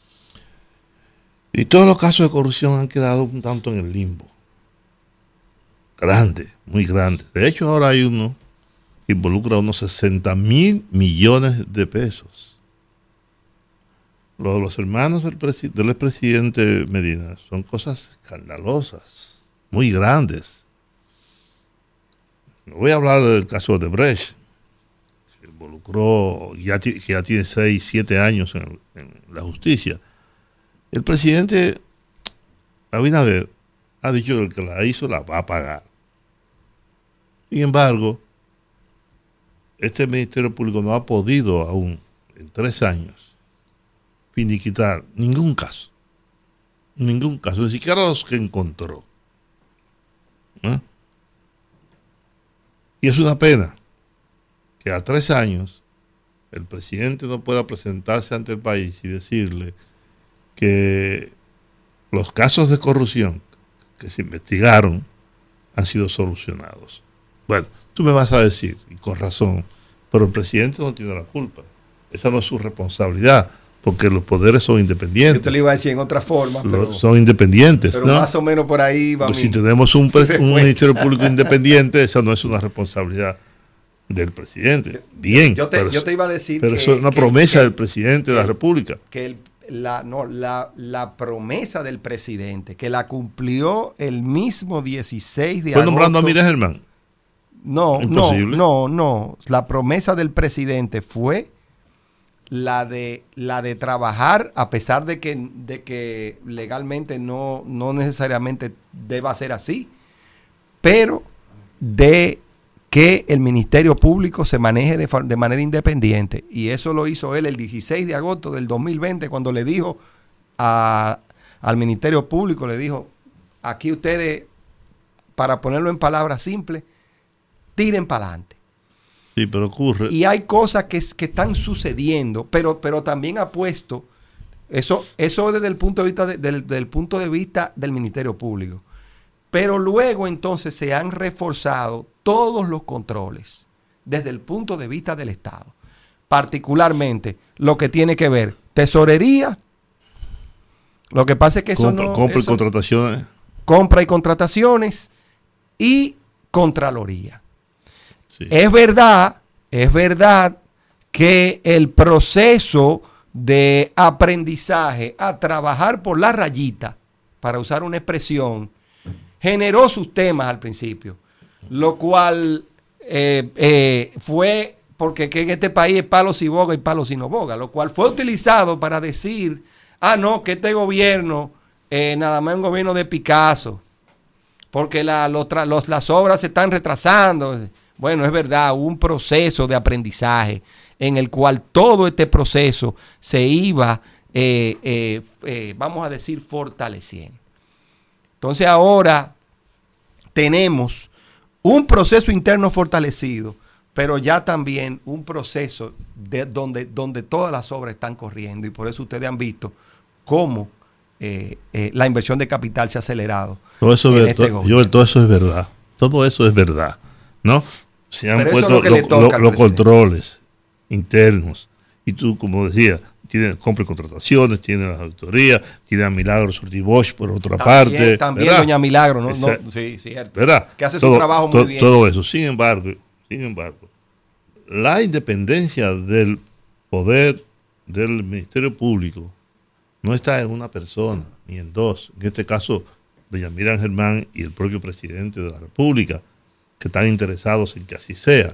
Y todos los casos de corrupción han quedado un tanto en el limbo. Grande, muy grande. De hecho, ahora hay uno que involucra unos sesenta mil millones de pesos. Lo de los hermanos del, presi- del expresidente Medina son cosas escandalosas, muy grandes. No voy a hablar del caso de Brecht, que involucró, ya ti- que ya tiene seis, siete años en, en la justicia. El presidente Abinader ha dicho que el que la hizo la va a pagar. Sin embargo, este Ministerio Público no ha podido aún, en tres años, finiquitar ningún caso. Ningún caso, ni siquiera los que encontró. ¿Eh? Y es una pena que a tres años el presidente no pueda presentarse ante el país y decirle que los casos de corrupción que se investigaron han sido solucionados. Bueno, tú me vas a decir, y con razón, pero el presidente no tiene la culpa. Esa no es su responsabilidad, porque los poderes son Yo independientes. te lo iba a decir en otra forma, pero, Los- son independientes, pero ¿no? más o menos por ahí va Pues mi- si tenemos un, pre- un respuesta. Ministerio Público independiente, esa no es una responsabilidad del presidente. Bien, yo te, pero, yo te iba a decir pero que, eso es una que- promesa que- del presidente de la que- República. que el- la, no, la, la promesa del presidente, que la cumplió el mismo dieciséis de ¿Fue agosto. nombrando a Mira Germán? No, no, Imposible. no, no. La promesa del presidente fue la de la de trabajar, a pesar de que, de que legalmente no, no necesariamente deba ser así, pero de que el Ministerio Público se maneje de, fa- de manera independiente. Y eso lo hizo él el dieciséis de agosto del dos mil veinte, cuando le dijo a- al Ministerio Público, le dijo, aquí ustedes, para ponerlo en palabras simples, tiren para adelante. Sí, pero ocurre. Y hay cosas que, es- que están sucediendo, pero, pero también ha puesto, eso, eso desde el punto de vista de- del, del punto de vista del Ministerio Público. Pero luego entonces se han reforzado todos los controles desde el punto de vista del Estado. Particularmente lo que tiene que ver tesorería. Lo que pasa es que eso compra, no... compra y eso- contrataciones. compra y contrataciones y Contraloría. Sí. Es verdad, es verdad que el proceso de aprendizaje a trabajar por la rayita, para usar una expresión, generó sus temas al principio, lo cual eh, eh, fue, porque que en este país es palo si boga y palo si no boga, lo cual fue utilizado para decir, ah, no, que este gobierno eh, nada más es un gobierno de Picasso, porque la, los tra- los- las obras se están retrasando. Bueno, es verdad, hubo un proceso de aprendizaje en el cual todo este proceso se iba, eh, eh, eh, vamos a decir, fortaleciendo. Entonces ahora tenemos un proceso interno fortalecido, pero ya también un proceso de donde, donde todas las obras están corriendo, y por eso ustedes han visto cómo eh, eh, la inversión de capital se ha acelerado. Todo eso, en es ver- este todo, gobierno. Joel, todo eso es verdad. Todo eso es verdad. ¿No? se han Pero eso puesto es lo que le lo- toca lo- al los presidente. controles internos. Y tú, como decía, tienes compra y contrataciones, tienes las auditorías, tienes a Milagros Ortiz Bosch por otra También, parte. también ¿verdad? doña Milagro, ¿no? Esa- no sí, cierto. ¿verdad? Que hace su Todo- trabajo muy to- bien. Todo eso. Sin embargo, sin embargo, la independencia del poder del Ministerio Público no está en una persona, ni en dos. En este caso, doña Miriam Germán y el propio presidente de la República, que están interesados en que así sea.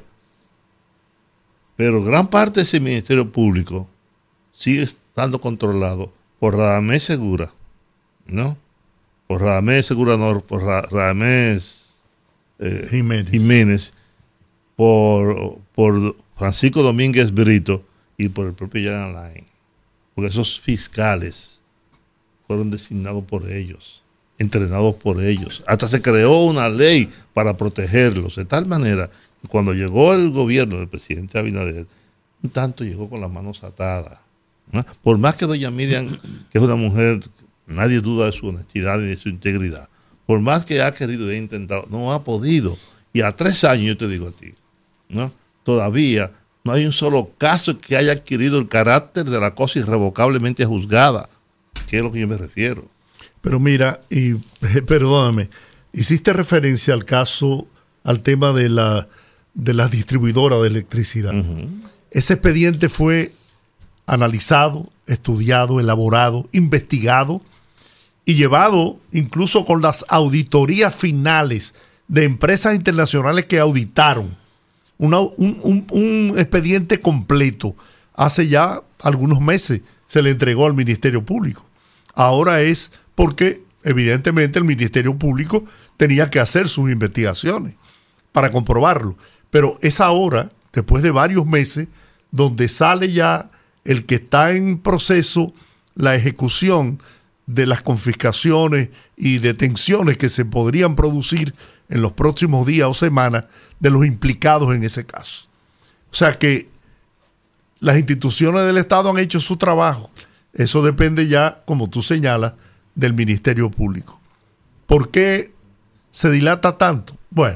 Pero gran parte de ese Ministerio Público sigue estando controlado por Radamés Segura, ¿no? Por Radamés Segura Nor, por Ra- Radamés eh, Jiménez. Jiménez, por, por Francisco Domínguez Brito y por el propio Jan Alain. Porque esos fiscales fueron designados por ellos, entrenados por ellos. Hasta se creó una ley para protegerlos, de tal manera que cuando llegó el gobierno del presidente Abinader, un tanto llegó con las manos atadas, ¿no? Por más que doña Miriam, que es una mujer, nadie duda de su honestidad y de su integridad, por más que ha querido e intentado, no ha podido. Y a tres años, yo te digo a ti, ¿no? Todavía no hay un solo caso que haya adquirido el carácter de la cosa irrevocablemente juzgada, que es lo que yo me refiero. Pero mira, y eh, perdóname, hiciste referencia al caso, al tema de la de la distribuidora de electricidad. Uh-huh. Ese expediente fue analizado, estudiado, elaborado, investigado y llevado incluso con las auditorías finales de empresas internacionales que auditaron. Una- un, un- un expediente completo. Hace ya algunos meses se le entregó al Ministerio Público. Ahora es porque evidentemente el Ministerio Público tenía que hacer sus investigaciones para comprobarlo. Pero es ahora, después de varios meses, donde sale ya el que está en proceso la ejecución de las confiscaciones y detenciones que se podrían producir en los próximos días o semanas de los implicados en ese caso. O sea que las instituciones del Estado han hecho su trabajo. Eso depende ya, como tú señalas, del Ministerio Público. ¿Por qué se dilata tanto? Bueno,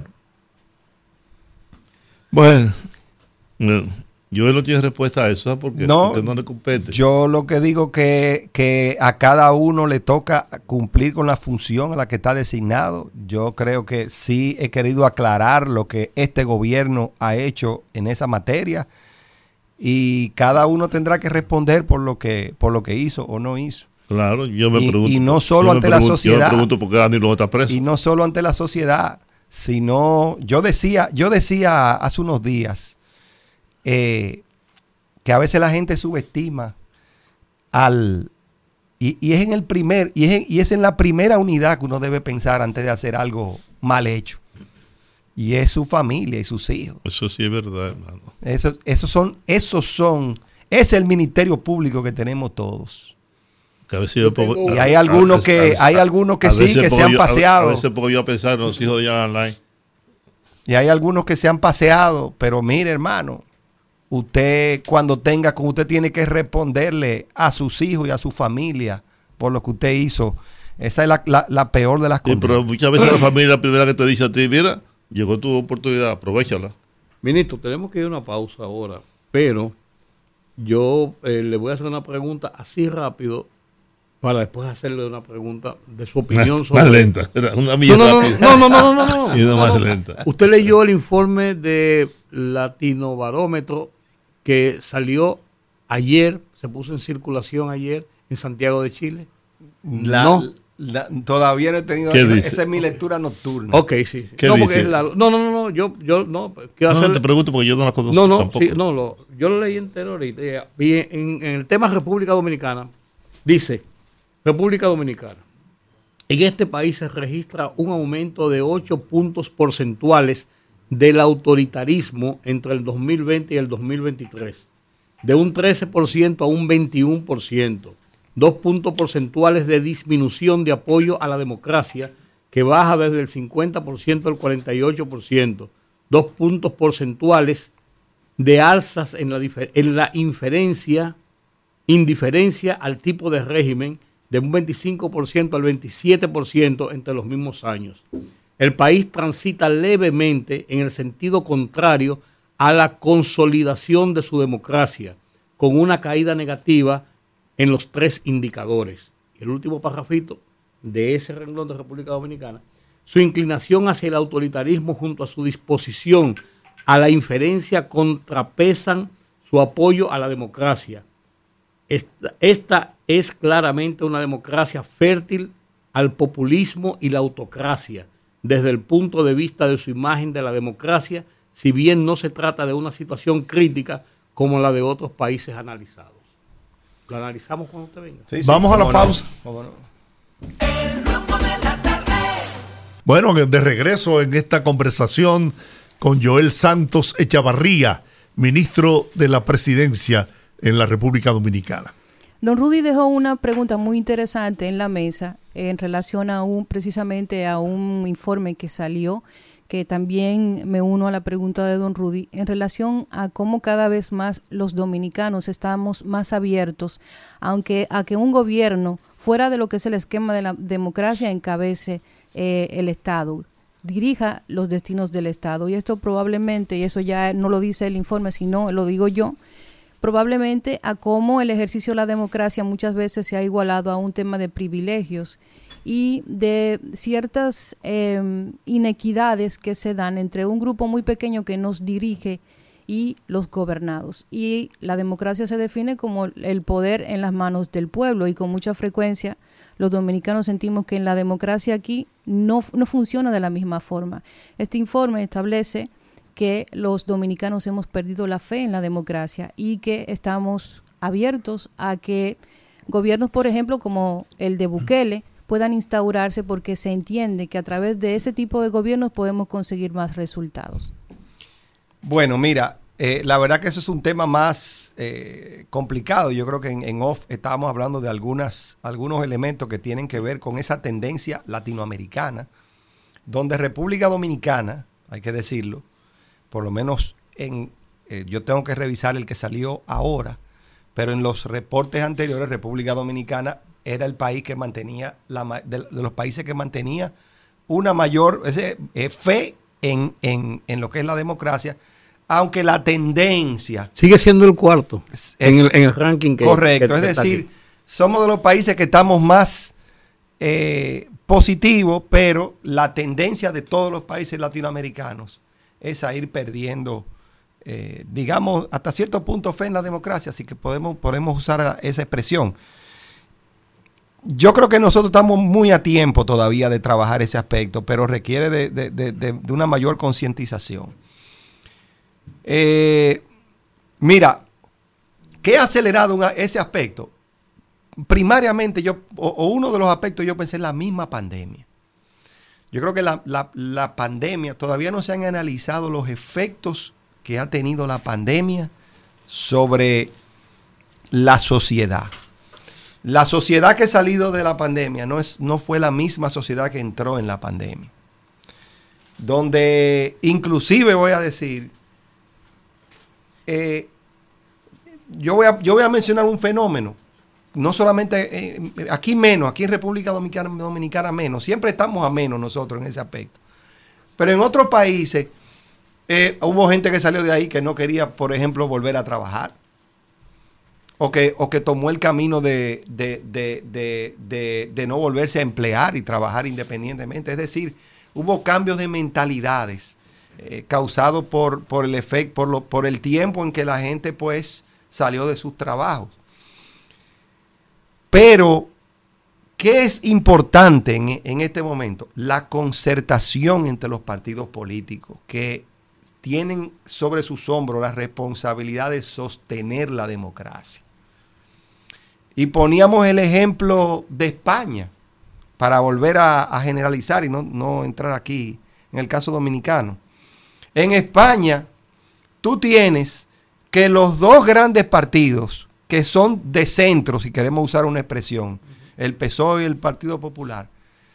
Bueno, no, yo no tiene respuesta a eso, ¿sabes por qué? No, Porque no le compete. Yo lo que digo que, que a cada uno le toca cumplir con la función a la que está designado. Yo creo que sí he querido aclarar lo que este gobierno ha hecho en esa materia y cada uno tendrá que responder por lo que, por lo que hizo o no hizo. Claro, yo me Y- pregunto. y no solo yo me ante la pregunto- Yo sociedad. me pregunto por qué Danilo está preso. Y no solo ante la sociedad, sino yo decía, yo decía hace unos días eh, que a veces la gente subestima al y, y es en el primer y es en, y es en la primera unidad que uno debe pensar antes de hacer algo mal hecho, y es su familia y sus hijos. Eso sí es verdad, hermano. Esos, esos son esos son es el ministerio público que tenemos todos. Que a veces yo pongo- Y hay a- algunos a- que- a- hay algunos que a sí, veces que se pongo han yo- a- paseado. A veces pongo yo a pensar en los hijos de Jan Alain. Y hay algunos que se han paseado, pero mire, hermano, usted cuando tenga, como usted tiene que responderle a sus hijos y a su familia por lo que usted hizo. Esa es la, la- la peor de las Sí, cosas. pero muchas veces la familia es la primera que te dice a ti, mira, llegó tu oportunidad, aprovechala. Ministro, tenemos que ir a una pausa ahora, pero yo eh, le voy a hacer una pregunta así rápido para después hacerle una pregunta de su opinión Más, sobre... más lenta, era una No, milla no, no, rápida. no, no, no, no, no, no. Y una No, más no. lenta. Usted leyó el informe de Latinobarómetro que salió ayer, se puso en circulación ayer en Santiago de Chile. La- no. la- todavía no he tenido. ¿Qué Esa, dice? esa es mi lectura nocturna. Ok, sí. sí. ¿Qué No, porque dice? es largo. No, no, no, no, yo, yo no, quiero No, hacer... te pregunto porque yo no la conozco No, no, tampoco. sí, no, lo, yo lo leí entero ahorita. eh, Y en, en el tema República Dominicana, dice, República Dominicana, en este país se registra un aumento de ocho puntos porcentuales del autoritarismo entre el dos mil veinte y el dos mil veintitrés, de un trece por ciento a un veintiuno por ciento, dos puntos porcentuales de disminución de apoyo a la democracia, que baja desde el cincuenta por ciento al cuarenta y ocho por ciento, dos puntos porcentuales de alzas en la, difer- en la inferencia, indiferencia al tipo de régimen, de un veinticinco por ciento al veintisiete por ciento entre los mismos años. el país transita levemente en el sentido contrario a la consolidación de su democracia, con una caída negativa en los tres indicadores. El último parrafito de ese renglón de República Dominicana, su inclinación hacia el autoritarismo junto a su disposición a la inferencia contrapesan su apoyo a la democracia. Esta, esta es claramente una democracia fértil al populismo y la autocracia, desde el punto de vista de su imagen de la democracia, si bien no se trata de una situación crítica como la de otros países analizados. Lo analizamos cuando usted venga. Sí, sí, vamos a la pausa. No. El rumbo de la tarde. Bueno, de regreso en esta conversación con Joel Santos Echavarría, ministro de la Presidencia en la República Dominicana. Don Rudy dejó una pregunta muy interesante en la mesa en relación a un, precisamente a un informe que salió, que también me uno a la pregunta de don Rudy, en relación a cómo cada vez más los dominicanos estamos más abiertos, aunque a que un gobierno fuera de lo que es el esquema de la democracia encabece eh, el Estado, dirija los destinos del Estado. Y esto probablemente, y eso ya no lo dice el informe, sino lo digo yo, probablemente a cómo el ejercicio de la democracia muchas veces se ha igualado a un tema de privilegios y de ciertas eh, inequidades que se dan entre un grupo muy pequeño que nos dirige y los gobernados. Y la democracia se define como el poder en las manos del pueblo, y con mucha frecuencia los dominicanos sentimos que en la democracia aquí no, no funciona de la misma forma. Este informe establece que los dominicanos hemos perdido la fe en la democracia y que estamos abiertos a que gobiernos, por ejemplo, como el de Bukele, puedan instaurarse, porque se entiende que a través de ese tipo de gobiernos podemos conseguir más resultados. Bueno, mira, eh, la verdad que eso es un tema más eh, complicado. Yo creo que en, en off estábamos hablando de algunas, algunos elementos que tienen que ver con esa tendencia latinoamericana, donde República Dominicana, hay que decirlo, por lo menos en, eh, yo tengo que revisar el que salió ahora, pero en los reportes anteriores, República Dominicana era el país que mantenía, la, de, de los países que mantenía una mayor ese, eh, fe en, en, en lo que es la democracia, aunque la tendencia... Sigue siendo el cuarto es, en, el, en el ranking. Que, correcto, que, que es decir, somos de los países que estamos más eh, positivos, pero la tendencia de todos los países latinoamericanos es a ir perdiendo, eh, digamos, hasta cierto punto fe en la democracia, así que podemos, podemos usar esa expresión. Yo creo que nosotros estamos muy a tiempo todavía de trabajar ese aspecto, pero requiere de, de, de, de, de una mayor concientización. Eh, mira, ¿qué ha acelerado una, ese aspecto? Primariamente, yo, o, o uno de los aspectos, yo pensé en la misma pandemia. Yo creo que la, la, la pandemia, todavía no se han analizado los efectos que ha tenido la pandemia sobre la sociedad. La sociedad que ha salido de la pandemia no, es, no fue la misma sociedad que entró en la pandemia. Donde inclusive voy a decir, eh, yo, voy a, yo voy a mencionar un fenómeno. No solamente eh, aquí menos, aquí en República Dominicana, Dominicana menos, siempre estamos a menos nosotros en ese aspecto. Pero en otros países eh, hubo gente que salió de ahí que no quería, por ejemplo, volver a trabajar. O que, o que tomó el camino de, de, de, de, de, de no volverse a emplear y trabajar independientemente. Es decir, hubo cambios de mentalidades eh, causados por, por el efecto, por, lo, por el tiempo en que la gente pues salió de sus trabajos. Pero, ¿qué es importante en, en este momento? La concertación entre los partidos políticos que tienen sobre sus hombros la responsabilidad de sostener la democracia. Y poníamos el ejemplo de España, para volver a, a generalizar y no, no entrar aquí en el caso dominicano. En España, tú tienes que los dos grandes partidos, que son de centro, si queremos usar una expresión, el P S O E y el Partido Popular,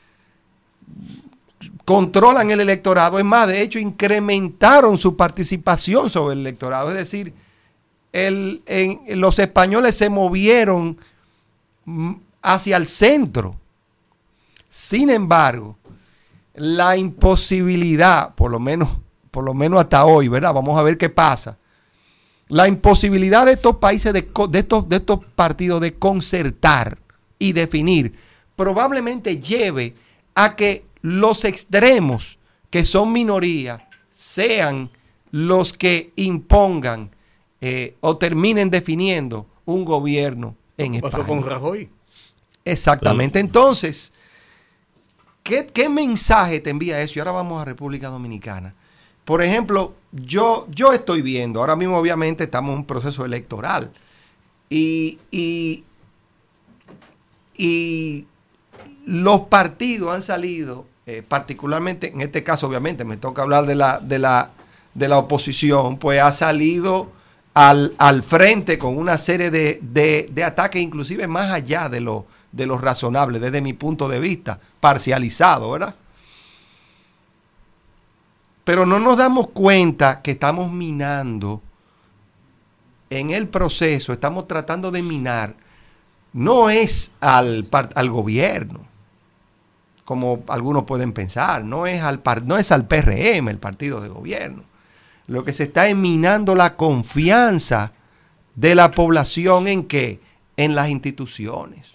controlan el electorado. Es más, de hecho, incrementaron su participación sobre el electorado. Es decir, el, en, los españoles se movieron hacia el centro. Sin embargo, la imposibilidad, por lo menos, por lo menos hasta hoy, ¿verdad? Vamos a ver qué pasa. La imposibilidad de estos países, de, de, estos, de estos partidos de concertar y definir, probablemente lleve a que los extremos, que son minoría, sean los que impongan eh, o terminen definiendo un gobierno en España. ¿Pasó con Rajoy? Exactamente. Entonces, ¿qué, ¿qué mensaje te envía eso? Y ahora vamos a República Dominicana. Por ejemplo, yo, yo estoy viendo, ahora mismo obviamente estamos en un proceso electoral y, y, y los partidos han salido, eh, particularmente en este caso obviamente me toca hablar de la, de la, de la oposición, pues ha salido al, al frente con una serie de, de, de ataques inclusive más allá de lo, de lo razonable desde mi punto de vista, parcializado, ¿verdad? Pero no nos damos cuenta que estamos minando en el proceso, estamos tratando de minar, no es al, al gobierno, como algunos pueden pensar, no es, al, no es al P R M, el partido de gobierno. Lo que se está es minando la confianza de la población en qué, en las instituciones.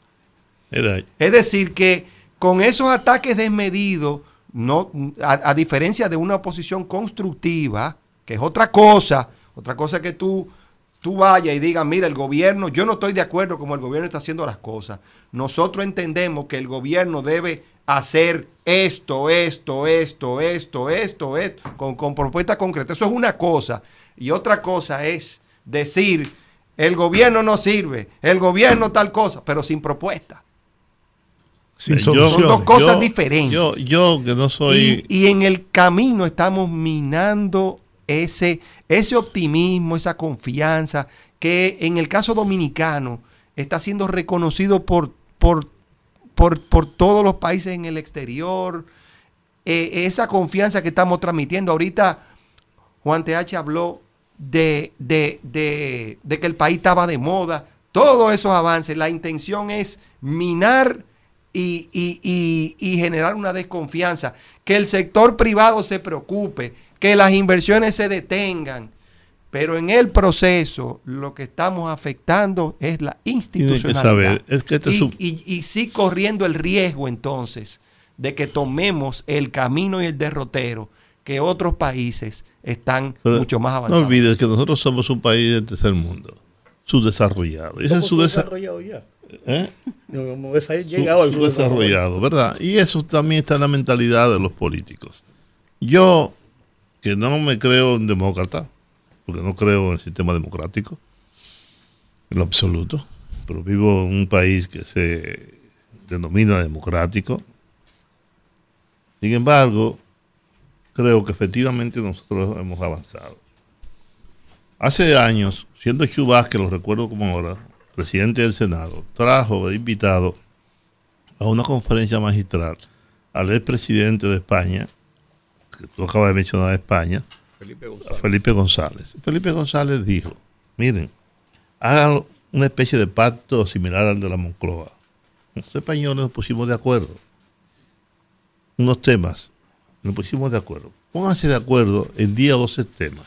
Era. Es decir, que con esos ataques desmedidos, no, a, a diferencia de una oposición constructiva, que es otra cosa, otra cosa que tú, tú vayas y digas, mira, el gobierno, yo no estoy de acuerdo como el gobierno está haciendo las cosas. Nosotros entendemos que el gobierno debe hacer esto, esto, esto, esto, esto, esto, con, con propuestas concretas. Eso es una cosa. Y otra cosa es decir, el gobierno no sirve, el gobierno tal cosa, pero sin propuesta. Sin Yo- soluciones. Son dos cosas yo- diferentes. Yo, yo que no soy... Y, y en el camino estamos minando ese, ese optimismo, esa confianza que en el caso dominicano está siendo reconocido por, por, por, por todos los países en el exterior. Eh, esa confianza que estamos transmitiendo. Ahorita Juan T H habló de, de, de, de que el país estaba de moda. Todos esos avances, la intención es minar Y, y, y, y generar una desconfianza, que el sector privado se preocupe, que las inversiones se detengan, pero en el proceso lo que estamos afectando es la institucionalidad. saber, es que este y, es un- y, y sí corriendo el riesgo entonces de que tomemos el camino y el derrotero que otros países están Pero mucho más no avanzados. olvides que nosotros somos un país del tercer mundo, subdesarrollado. Y ese es su desa- desarrollado ya. ¿eh? No hemos desa- llegado al Su- desarrollado, ¿verdad? Y eso también está en la mentalidad de los políticos. Yo, que no me creo un demócrata, porque no creo en el sistema democrático, en lo absoluto, pero vivo en un país que se denomina democrático. Sin embargo, creo que efectivamente nosotros hemos avanzado. Hace años, siendo Hugh Vázquez, lo recuerdo como ahora, presidente del Senado, trajo de invitado a una conferencia magistral al expresidente de España, que tú acabas de mencionar a España, Felipe a González. Felipe González. Felipe González dijo, miren, hagan una especie de pacto similar al de la Moncloa. Los españoles nos pusimos de acuerdo. Unos temas, nos pusimos de acuerdo. Pónganse de acuerdo en diez o doce temas.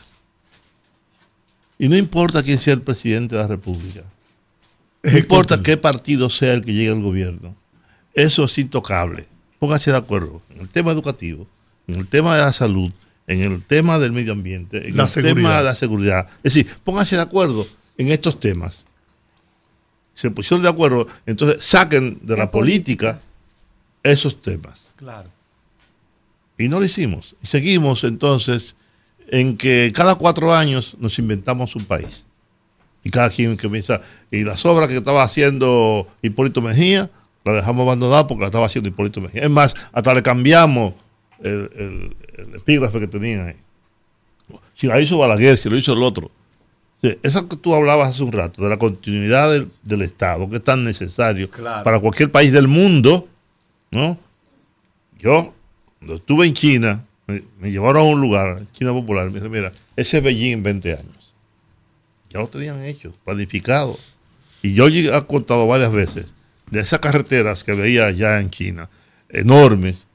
Y no importa quién sea el presidente de la República. No importa qué partido sea el que llegue al gobierno. Eso es intocable. Pónganse de acuerdo en el tema educativo, en el tema de la salud, en el tema del medio ambiente, en La el seguridad. tema de la seguridad. Es decir, pónganse de acuerdo en estos temas. Se pusieron de acuerdo, entonces saquen de la política esos temas. Claro. Y no lo hicimos. Y seguimos entonces en que cada cuatro años nos inventamos un país. Y cada quien comienza, y las obras que estaba haciendo Hipólito Mejía, la dejamos abandonada porque la estaba haciendo Hipólito Mejía. Es más, hasta le cambiamos el, el- el epígrafe que tenían ahí. Si la hizo Balaguer, si lo hizo el otro. Sí, eso que tú hablabas hace un rato, de la continuidad del, del Estado, que es tan necesario Claro. para cualquier país del mundo, ¿no? Yo, cuando estuve en China, me, me llevaron a un lugar, China Popular, me dice, mira, ese es Beijing en veinte años. Ya lo tenían hecho, planificado. Y yo he contado varias veces de esas carreteras que veía allá en China, enormes,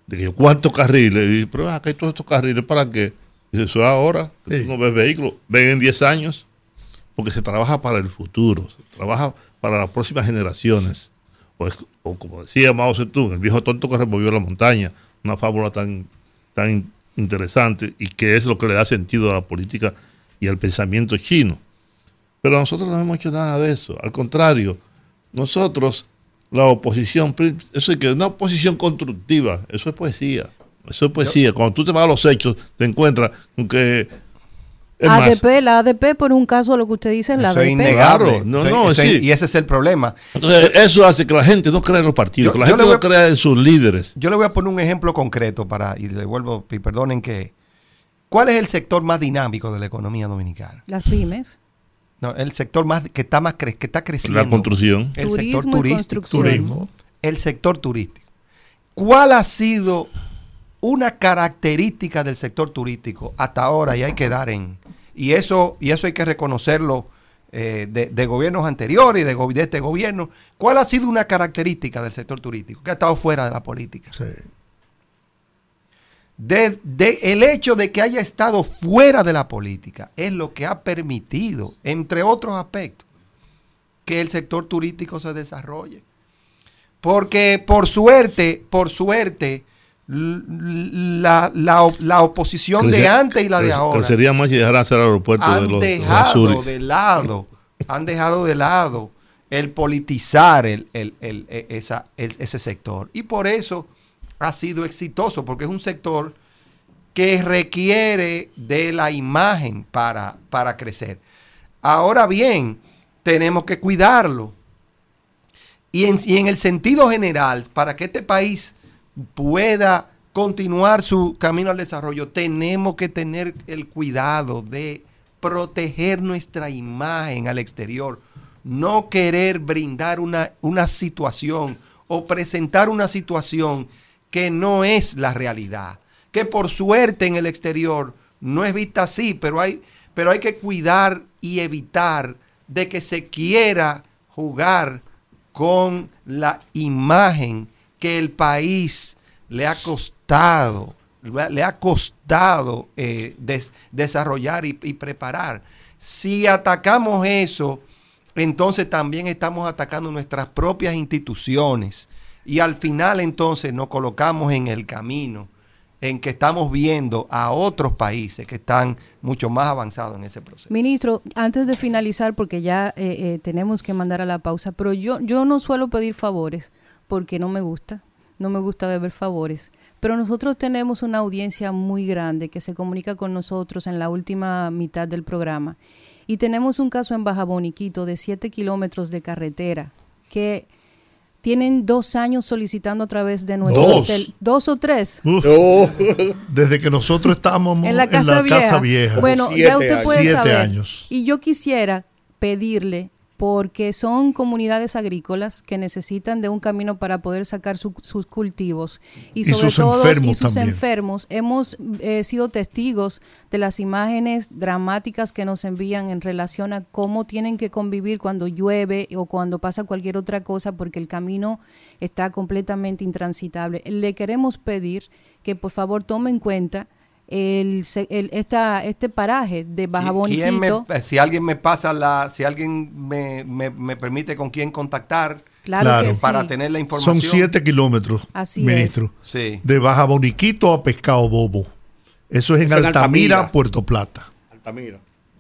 De que yo, ¿cuántos carriles? Y, pero acá hay todos estos carriles, ¿para qué? Dice, eso es ahora, que Sí. tú no ves vehículos, ven en diez años, porque se trabaja para el futuro, se trabaja para las próximas generaciones. O, es- o como decía Mao Zedong, el viejo tonto que removió la montaña, una fábula tan, tan interesante y que es lo que le da sentido a la política y al pensamiento chino. Pero nosotros no hemos hecho nada de eso, al contrario, nosotros, la oposición, eso es que una oposición constructiva, eso es poesía. Eso es poesía. Cuando tú te vas a los hechos, te encuentras con que. Es más, A D P, la A D P, por un caso, lo que usted dice, la Eso es A D P. innegable. Claro, no, Eso- no, eso- sí. Y ese es el problema. entonces, eso hace que la gente no crea en los partidos, Yo- que la yo gente le voy no a- crea en sus líderes. Yo le voy a poner un ejemplo concreto para, y le vuelvo, y perdonen que. ¿Cuál es el sector más dinámico de la economía dominicana? Las pymes. No, el sector más que está más cre- que está creciendo. La construcción. El Turismo sector y turístico. construcción. Turismo. El sector turístico. ¿Cuál ha sido una característica del sector turístico hasta ahora? Y hay que dar en. Y eso, y eso hay que reconocerlo eh, de, de gobiernos anteriores y de, go- de este gobierno. ¿Cuál ha sido una característica del sector turístico? Que ha estado fuera de la política. Sí. De, de el hecho de que haya estado fuera de la política es lo que ha permitido, entre otros aspectos, que el sector turístico se desarrolle. Porque por suerte, por suerte, l- la, la, la oposición de Crece- antes y la de crece- ahora Crecería más y dejarán hacer el aeropuerto de han los, de los dejado Azures. de lado, han dejado de lado el politizar el, el- el- e- esa- el- ese sector. Y por eso ha sido exitoso, porque es un sector que requiere de la imagen para, para crecer. Ahora bien, tenemos que cuidarlo. Y en, y en el sentido general, para que este país pueda continuar su camino al desarrollo, tenemos que tener el cuidado de proteger nuestra imagen al exterior, no querer brindar una, una situación o presentar una situación que no es la realidad, que por suerte en el exterior no es vista así, pero hay, pero hay que cuidar y evitar de que se quiera jugar con la imagen que el país le ha costado, le ha costado eh, des- desarrollar y, y preparar. Si atacamos eso, entonces también estamos atacando nuestras propias instituciones y al final entonces nos colocamos en el camino en que estamos viendo a otros países que están mucho más avanzados en ese proceso. Ministro, antes de finalizar, porque ya eh, eh, tenemos que mandar a la pausa, pero yo, yo no suelo pedir favores porque no me gusta, no me gusta deber favores, pero nosotros tenemos una audiencia muy grande que se comunica con nosotros en la última mitad del programa y tenemos un caso en Baja Boniquito de siete kilómetros de carretera que tienen dos años solicitando a través de nuestro Dos. hotel, dos o tres. Uf, desde que nosotros estábamos En la casa, vieja. casa vieja. Bueno, Siete ya usted años. puede Siete saber. años. Y yo quisiera pedirle, porque son comunidades agrícolas que necesitan de un camino para poder sacar su- sus cultivos y Y sobre sus todo enfermos y sus también. enfermos. Hemos eh, sido testigos de las imágenes dramáticas que nos envían en relación a cómo tienen que convivir cuando llueve o cuando pasa cualquier otra cosa, porque el camino está completamente intransitable. Le queremos pedir que por favor tome en cuenta el, se- el- esta, este paraje de Baja ¿Quién me- Boniquito. si alguien me pasa la, si alguien me, me, me permite con quién contactar Claro, Claro. que sí. para tener la información. Son siete kilómetros, Así ministro. Sí. De Baja Boniquito a Pescado Bobo. Eso es en Eso en Altamira, Altamira. Puerto Plata. Altamira.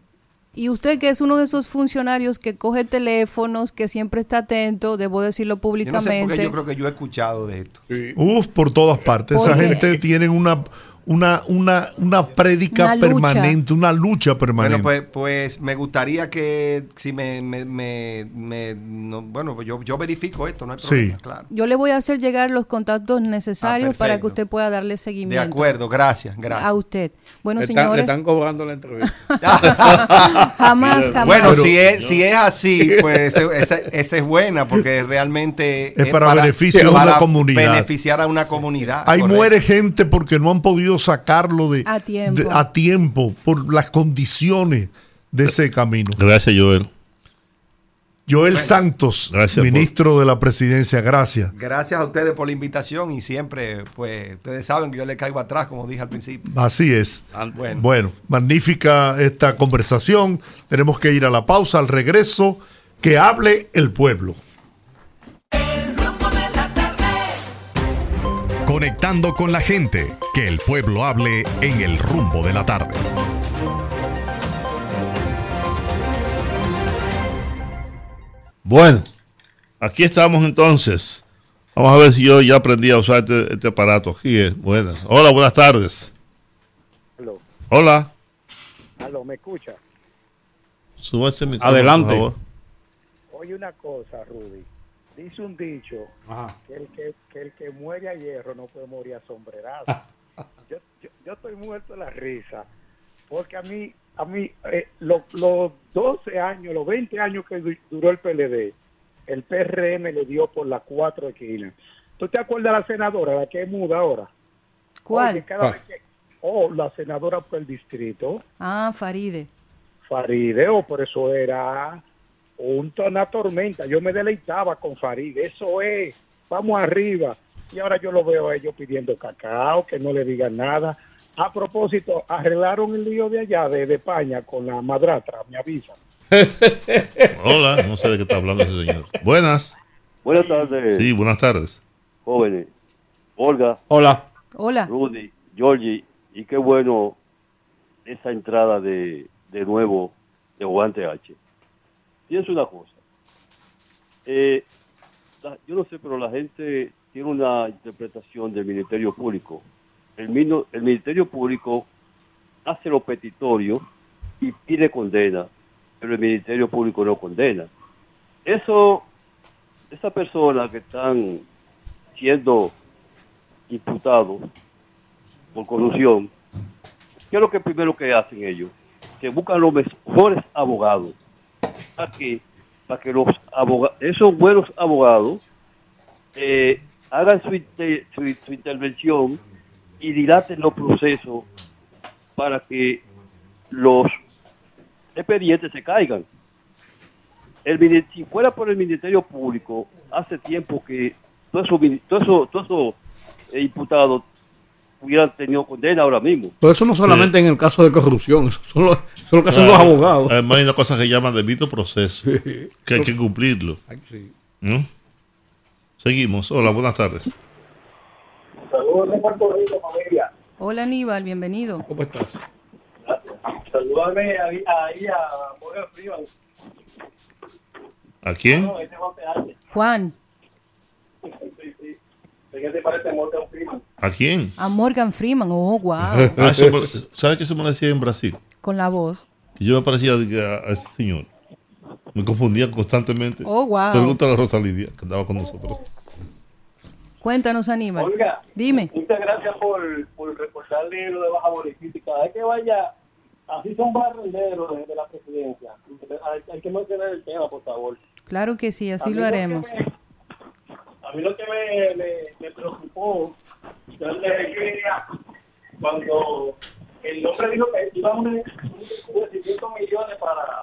Y usted que es uno de esos funcionarios que coge teléfonos, que siempre está atento, debo decirlo Yo no sé públicamente. porque yo creo que yo he escuchado de esto. Uf, por todas partes. Esa Porque- gente tiene una, una, una, una prédica Una lucha. permanente, una lucha permanente. Bueno, pues, pues me gustaría que si me, me, me, me- no, bueno, pues yo, yo verifico esto, no hay Sí. problema, claro. Yo le voy a hacer llegar los contactos necesarios Ah, para que perfecto. usted pueda darle De seguimiento. acuerdo, gracias, A gracias. usted. Bueno, Le, están- le señores, están cobrando la entrevista. jamás, jamás. Bueno, Pero- si es, si es así, pues ese- esa, esa es buena porque realmente Es para beneficio de una para comunidad. beneficiar a una comunidad. Ahí correcto. muere gente porque no han podido sacarlo de, A tiempo. de- a tiempo por las condiciones de ese camino. Gracias, Joel. Joel Bueno, Santos, gracias ministro por... de la presidencia, gracias. Gracias a ustedes por la invitación y siempre, pues, ustedes saben que yo le caigo atrás, como dije al principio. Así es. Bueno, bueno magnífica esta conversación. Tenemos que ir a la pausa, al regreso, que hable el pueblo. Conectando con la gente, que el pueblo hable en el rumbo de la tarde. Bueno, aquí estamos entonces. Vamos a ver si yo ya aprendí a usar este, este aparato. Aquí es. Buenas. Hola, buenas tardes. Aló. Hola. Aló, ¿me escucha? Súbase el micrófono, Adelante. por favor. Oye una cosa, Rudy. Dice un dicho que el que, que el que muere a hierro no puede morir a sombrerazo. yo, yo, yo estoy muerto de la risa porque a mí, a mí eh, los lo doce años, los veinte años que du- duró el P L D, el P R M le dio por las cuatro esquinas. ¿Tú te acuerdas de la senadora, la que es muda ahora? ¿Cuál? Oye, cada vez que- oh, la senadora por el distrito, Ah, Faride. Faride, oh, por eso era un, una tormenta. Yo me deleitaba con Faride. Eso es, vamos arriba. Y ahora yo lo veo a ellos pidiendo cacao, que no le digan nada. A propósito, arreglaron el lío de allá, de, de España, con la madrastra, me avisan. Hola, no sé de qué está hablando ese señor. Buenas. Buenas tardes. Sí, buenas tardes. Jóvenes. Olga. Hola. Hola. Rudy, Georgie, y qué bueno esa entrada de, de nuevo de Guante H. Pienso una cosa. Eh, la, yo no sé, pero la gente tiene una interpretación del Ministerio Público. El, mino, el Ministerio Público hace lo petitorio y pide condena, pero el Ministerio Público no condena. Eso, esas personas que están siendo imputados por corrupción, ¿qué es lo que primero que hacen ellos? Que buscan los mejores abogados. ¿Para qué? Para que los abogados, esos buenos abogados eh, hagan su, inter, su, su intervención y dilaten los procesos para que los expedientes se caigan. El, si fuera por el Ministerio Público, hace tiempo que todos esos todo eso, todo eso, eh, imputados hubieran tenido condena ahora mismo. Pero eso no solamente sí. En el caso de corrupción, eso son lo, son lo que hacen claro. los abogados. Además hay una cosa que se llama debido proceso, sí. que hay que cumplirlo. Sí. ¿No? Seguimos. Hola, buenas tardes. Saludos de Puerto Rico, familia. Hola, Aníbal, bienvenido. ¿Cómo estás? Gracias. Saludame ahí, ahí a Morgan Freeman. ¿A quién? No, ese es Juan. Sí, sí. ¿Qué te parece Morgan Freeman? ¿A quién? A Morgan Freeman. Oh, wow. Ah, ¿sabes qué se me decía en Brasil? Con la voz. Y yo me parecía a, a ese señor. Me confundían constantemente. Oh, wow. Pregúntale a Rosa Lidia, que andaba con nosotros. Cuéntanos, Aníbal. Olga, dime. Muchas gracias por, por reportarle lo de Baja Bonificio. Cada vez que vaya, así son barrenderos de, de la presidencia. Hay, hay que mencionar el tema, por favor. Claro que sí, así lo haremos. Me, a mí lo que me, me, me preocupó, yo le requería cuando el hombre dijo que iba a un seiscientos millones para,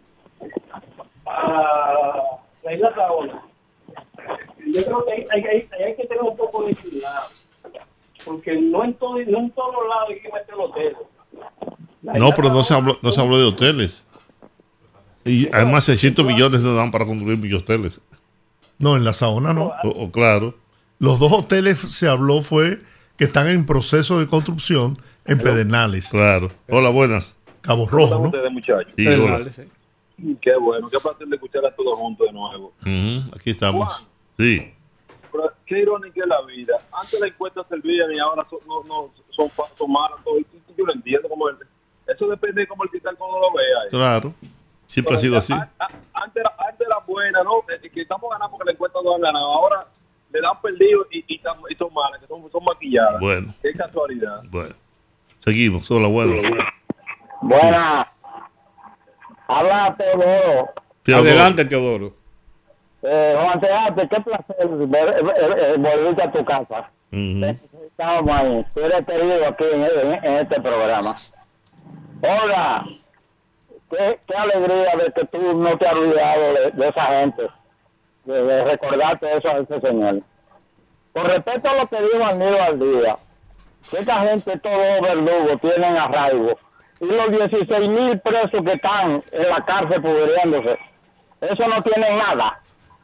para la isla Saona. Yo creo que hay, hay, hay, hay que tener un poco de cuidado, porque no en, todo, no en todos lados hay que meter hoteles. No, pero no se habló, no se habló de hoteles. Y además seiscientos millones no dan para construir mil hoteles. No, en la Saona no. O, o claro. Los dos hoteles se habló fue que están en proceso de construcción en Pero, Pedernales. Claro. Hola, buenas. Cabo Rojo, ¿no? Ustedes, muchachos? Sí, hola. Sí. Qué bueno, qué placer de escuchar a todos juntos de nuevo. Uh-huh. Aquí estamos. Juan, sí. Pero qué irónica es la vida. Antes las encuestas servían y ahora son, no, no, son, son malas. Todo. Yo lo entiendo. Como el, eso depende de cómo el fiscal cuando lo vea. ¿eh? Claro. Siempre Pero, ha sido así. A, a, antes, era, antes era buena, ¿no? Que estamos ganando porque las encuestas no han ganado. Ahora le dan perdido y, y, y son malas, que son, son maquilladas. Bueno. Qué casualidad. Bueno. Seguimos. Hola, bueno. Buenas. Habla Teodoro. Teodoro. Adelante, Teodoro. Eh, Juan Teate, qué placer volverte a tu casa. Uh-huh. Estamos ahí. Tú eres querido aquí en, en, en este programa. Hola, qué, qué alegría de que tú no te has olvidado de, de esa gente, de, de recordarte eso a ese señor. Con respecto a lo que dijo Anillo al día, que esta gente, todos los verdugos, tienen arraigo. Y los dieciséis mil presos que están en la cárcel pudriéndose, eso no tienen nada.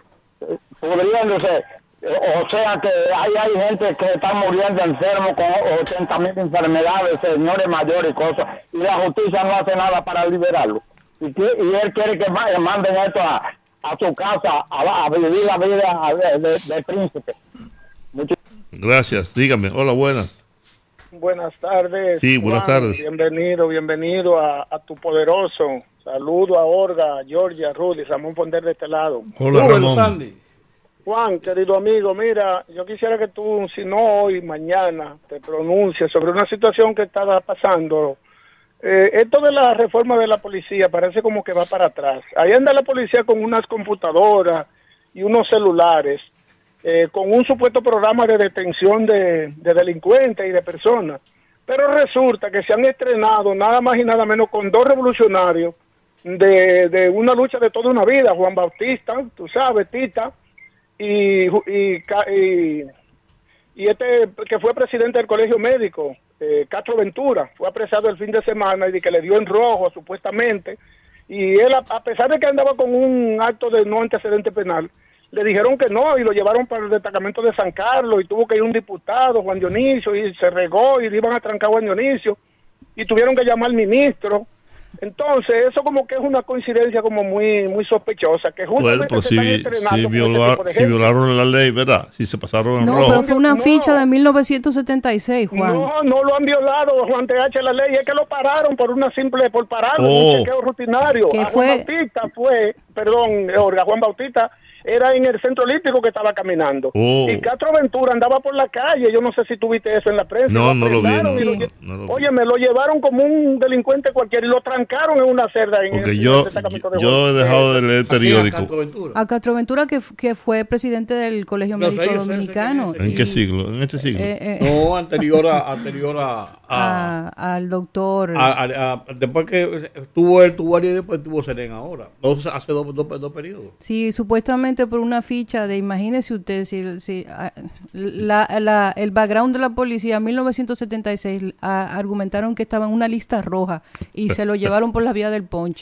Pudriéndose. O sea que hay, hay gente que está muriendo enfermo con ochenta mil enfermedades, señores mayores y cosas, y la justicia no hace nada para liberarlo. Y, que, y él quiere que manden esto a, a su casa, a, a vivir la vida de, de, de príncipe. Mucho. Gracias, dígame. Hola, buenas. Buenas tardes. Sí, buenas Juan. tardes. Bienvenido, bienvenido a, a tu poderoso. Saludo a Olga, a Georgia, a Rudy, Ramón Ponder de este lado. Hola, Tú, Ramón. Sandy. Juan, querido amigo, mira, yo quisiera que tú, si no hoy, mañana, te pronuncies sobre una situación que está pasando. Eh, esto de la reforma de la policía parece como que va para atrás. Ahí anda la policía con unas computadoras y unos celulares, eh, con un supuesto programa de detención de, de delincuentes y de personas. Pero resulta que se han estrenado nada más y nada menos con dos revolucionarios de, de una lucha de toda una vida, Juan Bautista, tú sabes, Tita, y, y, y, y este que fue presidente del colegio médico, eh, Castro Ventura, fue apresado el fin de semana y de que le dio en rojo supuestamente, y él, a, a pesar de que andaba con un acto de no antecedente penal, le dijeron que no y lo llevaron para el destacamento de San Carlos y tuvo que ir un diputado, Juan Dionisio, y se regó y le iban a trancar a Juan Dionisio y tuvieron que llamar al ministro. Entonces, eso como que es una coincidencia como muy muy sospechosa, que justamente Bueno, pues se si, están estrenando si, con violar- este tipo de si gente. violaron la ley, ¿verdad? Si se pasaron en No, rojo. pero fue una No. ficha de mil novecientos setenta y seis, Juan. No, no lo han violado, Juan T H, la ley, es que lo pararon por una simple, por pararlo, Oh. un chequeo rutinario. Que A fue- Juan Bautista fue, perdón, Olga, Juan Bautista era en el centro olímpico que estaba caminando. Oh. Y Castro Ventura andaba por la calle, yo no sé si tuviste eso en la prensa. No, no lo vi, frenaron no. y lo Sí. lle- No lo vi. Oye, me lo llevaron como un delincuente cualquiera y lo trancaron en una celda. En Porque el, yo, en el destacamento de yo he Juan- dejado de leer el periódico. A Castro Ventura, que, f- que fue presidente del Colegio No sé, Médico yo sé, Dominicano. ¿En y- qué siglo? ¿En este siglo? eh, eh, No, anterior a, anterior a, a, a- al doctor. a- a- a- después que tuvo él, tuvo Ariel y después tuvo Serena ahora. Dos, hace dos, dos, dos periodos. Sí, supuestamente por una ficha de, imagínese usted, si, si ah, la, la- el background de la policía en mil novecientos setenta y seis ah, argumentaron que estaba en una lista roja y se lo llevaron por la vía del punch.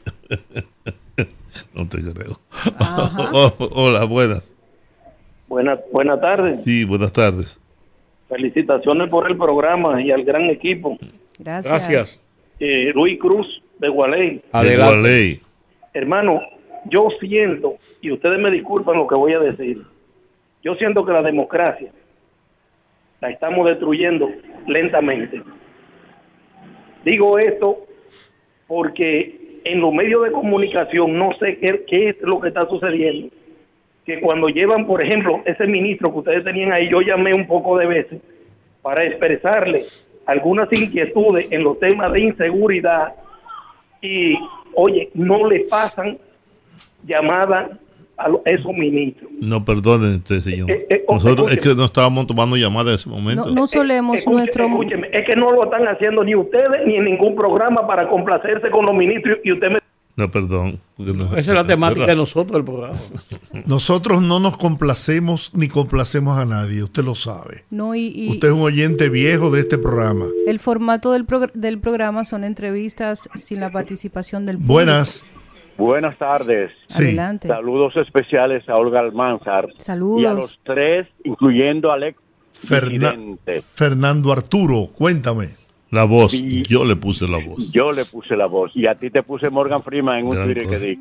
No te creo. Ajá. Oh, hola, buenas. Buenas buenas tardes. Sí, buenas tardes. Felicitaciones por el programa y al gran equipo. Gracias. Gracias. Eh, Luis Cruz de Gualey. De Gualey. Hermano, yo siento, y ustedes me disculpan lo que voy a decir, yo siento que la democracia la estamos destruyendo lentamente. Digo esto porque en los medios de comunicación no sé qué, qué es lo que está sucediendo. Que cuando llevan, por ejemplo, ese ministro que ustedes tenían ahí, yo llamé un poco de veces para expresarle algunas inquietudes en los temas de inseguridad y, oye, no le pasan llamadas a lo- esos ministros. No, perdone usted, señor. Eh, eh, Nosotros es escúcheme. que no estábamos tomando llamadas en ese momento. No, no solemos Escuche- nuestro... Escúcheme, es que no lo están haciendo ni ustedes ni en ningún programa para complacerse con los ministros y usted me... No, perdón. porque no- Esa es la temática ¿verdad? de nosotros del programa. Nosotros no nos complacemos ni complacemos a nadie, usted lo sabe. No, y, y Usted es un oyente viejo de este programa. el formato del, progr- del programa son entrevistas sin la participación del público. Buenas. Buenas tardes. Sí. Adelante. Saludos especiales a Olga Almanzar. Saludos. Y a los tres, incluyendo al ex Ferna- presidente. Fernando Arturo, cuéntame. La voz. Y- Yo le puse la voz. Yo le puse la voz. Y a ti te puse Morgan Freeman en un Gran Twitter cosa. que di.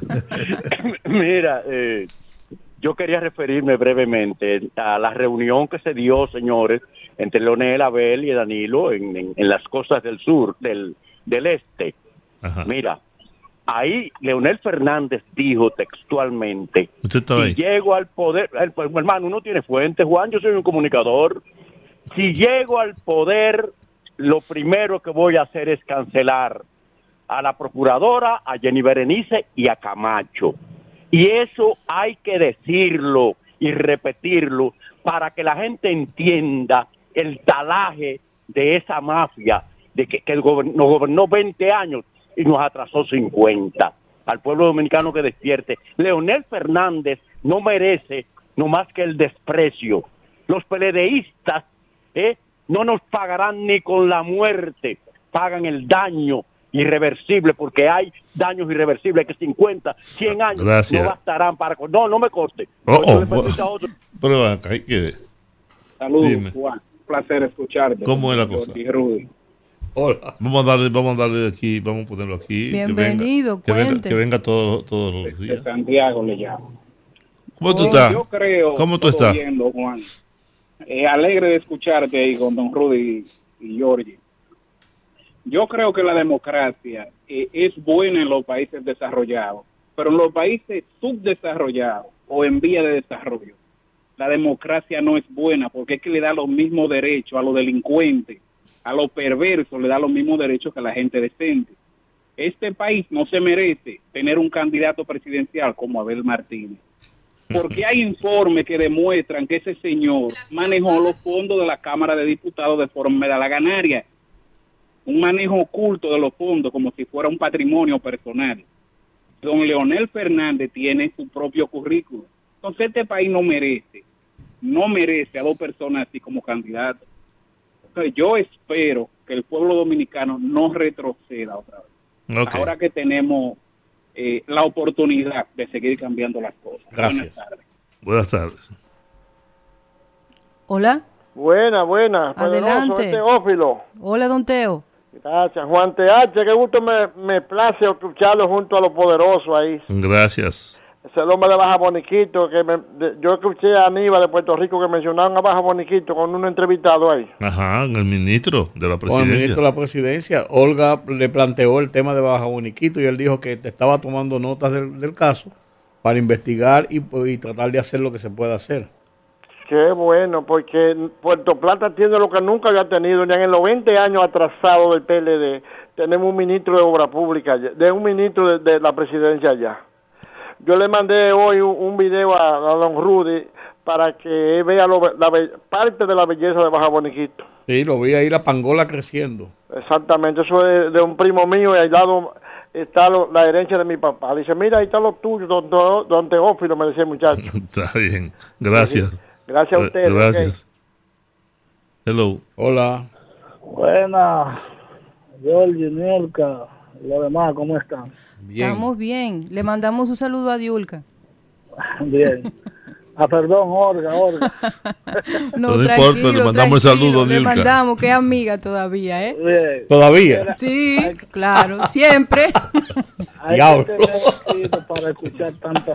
Mira, eh, yo quería referirme brevemente a la reunión que se dio, señores, entre Leonel, Abel y Danilo en, en- en las costas del sur, del, del este. Ajá. Mira, ahí Leonel Fernández dijo textualmente: Usted estaba si ahí. llego al poder, el- pues, hermano, uno tiene fuente, Juan, yo soy un comunicador. Si llego al poder, lo primero que voy a hacer es cancelar a la procuradora, a Jenny Berenice y a Camacho. Y eso hay que decirlo y repetirlo para que la gente entienda el talaje de esa mafia de que, que gobern- nos gobernó veinte años y nos atrasó cincuenta. Al pueblo dominicano que despierte. Leonel Fernández no merece no más que el desprecio. Los peledeístas ¿eh? no nos pagarán ni con la muerte, pagan el daño irreversible, porque hay daños irreversibles que cincuenta, cien años Gracias. no bastarán para... No, no me coste. Oh, oh, le permito a otro. Pero acá hay que... Saludos, Dime. Juan. Un placer escucharte. ¿Cómo es la cosa? Y Rudy. Hola. Vamos a darle, vamos a darle aquí, vamos a ponerlo aquí. Bienvenido, que venga, que venga, cuente. que venga todos, todos los De días. Santiago le llamo. ¿Cómo tú Oh, estás? Yo creo, ¿Cómo tú todo estás? bien, don Juan. Eh, alegre de escucharte ahí con don Rudy y Georgie. Yo creo que la democracia eh, es buena en los países desarrollados, pero en los países subdesarrollados o en vía de desarrollo, la democracia no es buena porque es que le da los mismos derechos a los delincuentes, a los perversos, le da los mismos derechos que a la gente decente. Este país no se merece tener un candidato presidencial como Abel Martínez, porque hay informes que demuestran que ese señor manejó los fondos de la Cámara de Diputados de forma medalaganaria, un manejo oculto de los fondos como si fuera un patrimonio personal. Don Leonel Fernández tiene su propio currículo. Entonces este país no merece, no merece a dos personas así como candidatos. Entonces yo espero que el pueblo dominicano no retroceda otra vez. Okay. Ahora que tenemos eh, la oportunidad de seguir cambiando las cosas. Gracias. Buenas tardes. Buenas tardes. Hola. Buena, buena. Adelante. Poderoso, Teófilo. Hola, don Teo. Gracias, Juan T H. Qué gusto me, me place escucharlo junto a los poderosos ahí. Gracias. Ese hombre de Baja Boniquito, que me, de- yo escuché a Aníbal de Puerto Rico que mencionaban a Baja Boniquito con un entrevistado ahí. Ajá, el ministro de la Con el presidencia. ministro de la presidencia, Olga le planteó el tema de Baja Boniquito y él dijo que estaba tomando notas del, del caso para investigar y, y tratar de hacer lo que se pueda hacer. Qué bueno, porque Puerto Plata tiene lo que nunca había tenido, ni en los veinte años atrasados del P L D. Tenemos un ministro de Obra Pública, allá, de un ministro de, de la presidencia allá. Yo le mandé hoy un, un video a, a don Rudy para que él vea lo- la, be- parte de la belleza de Baja Boniquito. Sí, lo vi ahí la pangola creciendo. Exactamente, eso es de un primo mío y al lado está lo- la herencia de mi papá. Dice, mira, ahí está lo tuyo, don, don, don Teófilo, me decía el muchacho. Está bien. Gracias. Gracias a ustedes. Gracias. Hello. Hola. Buenas, Georgie, Nielka, y los demás, ¿cómo están? Estamos bien. Le mandamos un saludo a Diulca. Bien. Ah, perdón, Olga, Olga. No, No importa, tranquilo, le mandamos el tranquilo, saludo, Le Nilka. mandamos, que es amiga todavía, ¿eh? Bien. ¿Todavía? Sí, claro, siempre. Hay Diablo. que tener oído para escuchar tantas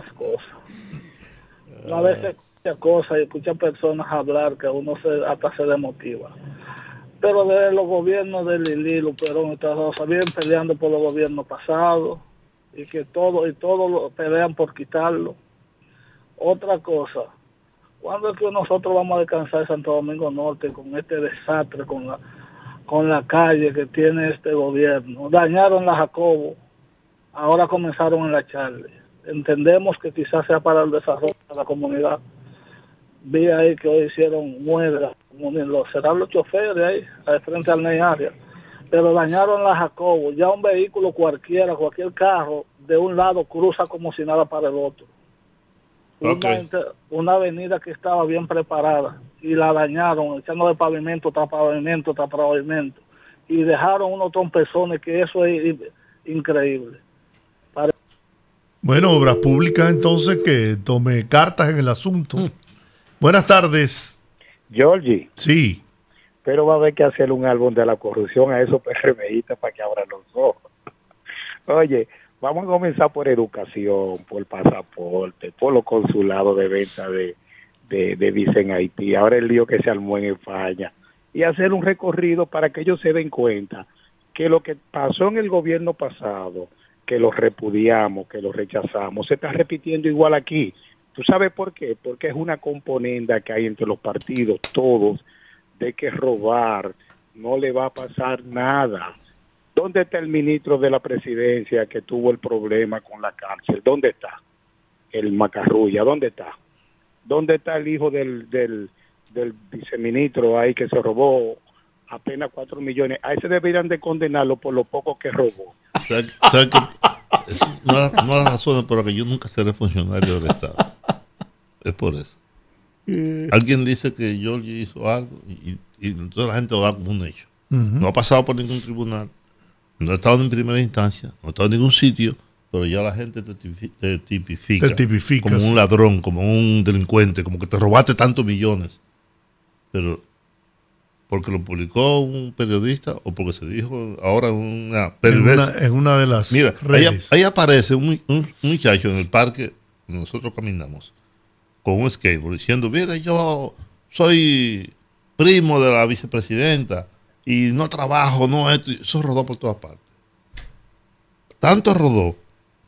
cosas. A veces escucha cosas y escucha personas hablar que uno se, hasta se demotiva. Pero de los gobiernos de Lili, Luperón y todas esas cosas, vienen peleando por los gobiernos pasados y que todo y todos lo pelean por quitarlo. Otra cosa, ¿cuándo es que nosotros vamos a descansar en Santo Domingo Norte con este desastre, con la con la calle que tiene este gobierno? Dañaron la Jacobo, ahora comenzaron en la Charlie. Entendemos que quizás sea para el desarrollo de la comunidad. Vi ahí que hoy hicieron muestras, como ni los serán los choferes ahí, ahí frente al Ney Arias, pero dañaron la Jacobo. Ya un vehículo cualquiera, cualquier carro, de un lado cruza como si nada para el otro. Ok. Una, inter- una avenida que estaba bien preparada y la dañaron, echando de pavimento tras pavimento tras pavimento, y dejaron unos trompezones que eso es i- increíble. Pare- Bueno, Obras Públicas entonces que tome cartas en el asunto. Buenas tardes. Georgie, Sí. pero va a haber que hacer un álbum de la corrupción a esos PRMistas para que abran los ojos. Oye, vamos a comenzar por educación, por pasaporte, por los consulados de venta de, de, de visa en Haití, ahora el lío que se armó en España, y hacer un recorrido para que ellos se den cuenta que lo que pasó en el gobierno pasado, que lo repudiamos, que lo rechazamos, se está repitiendo igual aquí. ¿Tú sabes por qué? Porque es una componenda que hay entre los partidos, todos, de que robar no le va a pasar nada. ¿Dónde está el ministro de la presidencia que tuvo el problema con la cárcel? ¿Dónde está? El Macarrulla, ¿dónde está? ¿Dónde está el hijo del, del, del viceministro ahí que se robó apenas cuatro millones? A ese deberían de condenarlo por lo poco que robó. ¿Sabes, sabes que es una, una de las razones por las que yo nunca seré funcionario del Estado? Es por eso. Alguien dice que Georgie hizo algo y, y toda la gente lo da como un hecho. Uh-huh. No ha pasado por ningún tribunal, no ha estado en primera instancia, no ha estado en ningún sitio, pero ya la gente te, tipi, te, tipifica, te tipifica como sí. un ladrón, como un delincuente, como que te robaste tantos millones. Pero porque lo publicó un periodista o porque se dijo ahora una perversa. En una, en una de las Mira, redes. Ahí, ahí aparece un, un, un muchacho en el parque donde nosotros caminamos con un skateboard diciendo, mira, yo soy primo de la vicepresidenta y no trabajo, no esto. Eso rodó por todas partes. Tanto rodó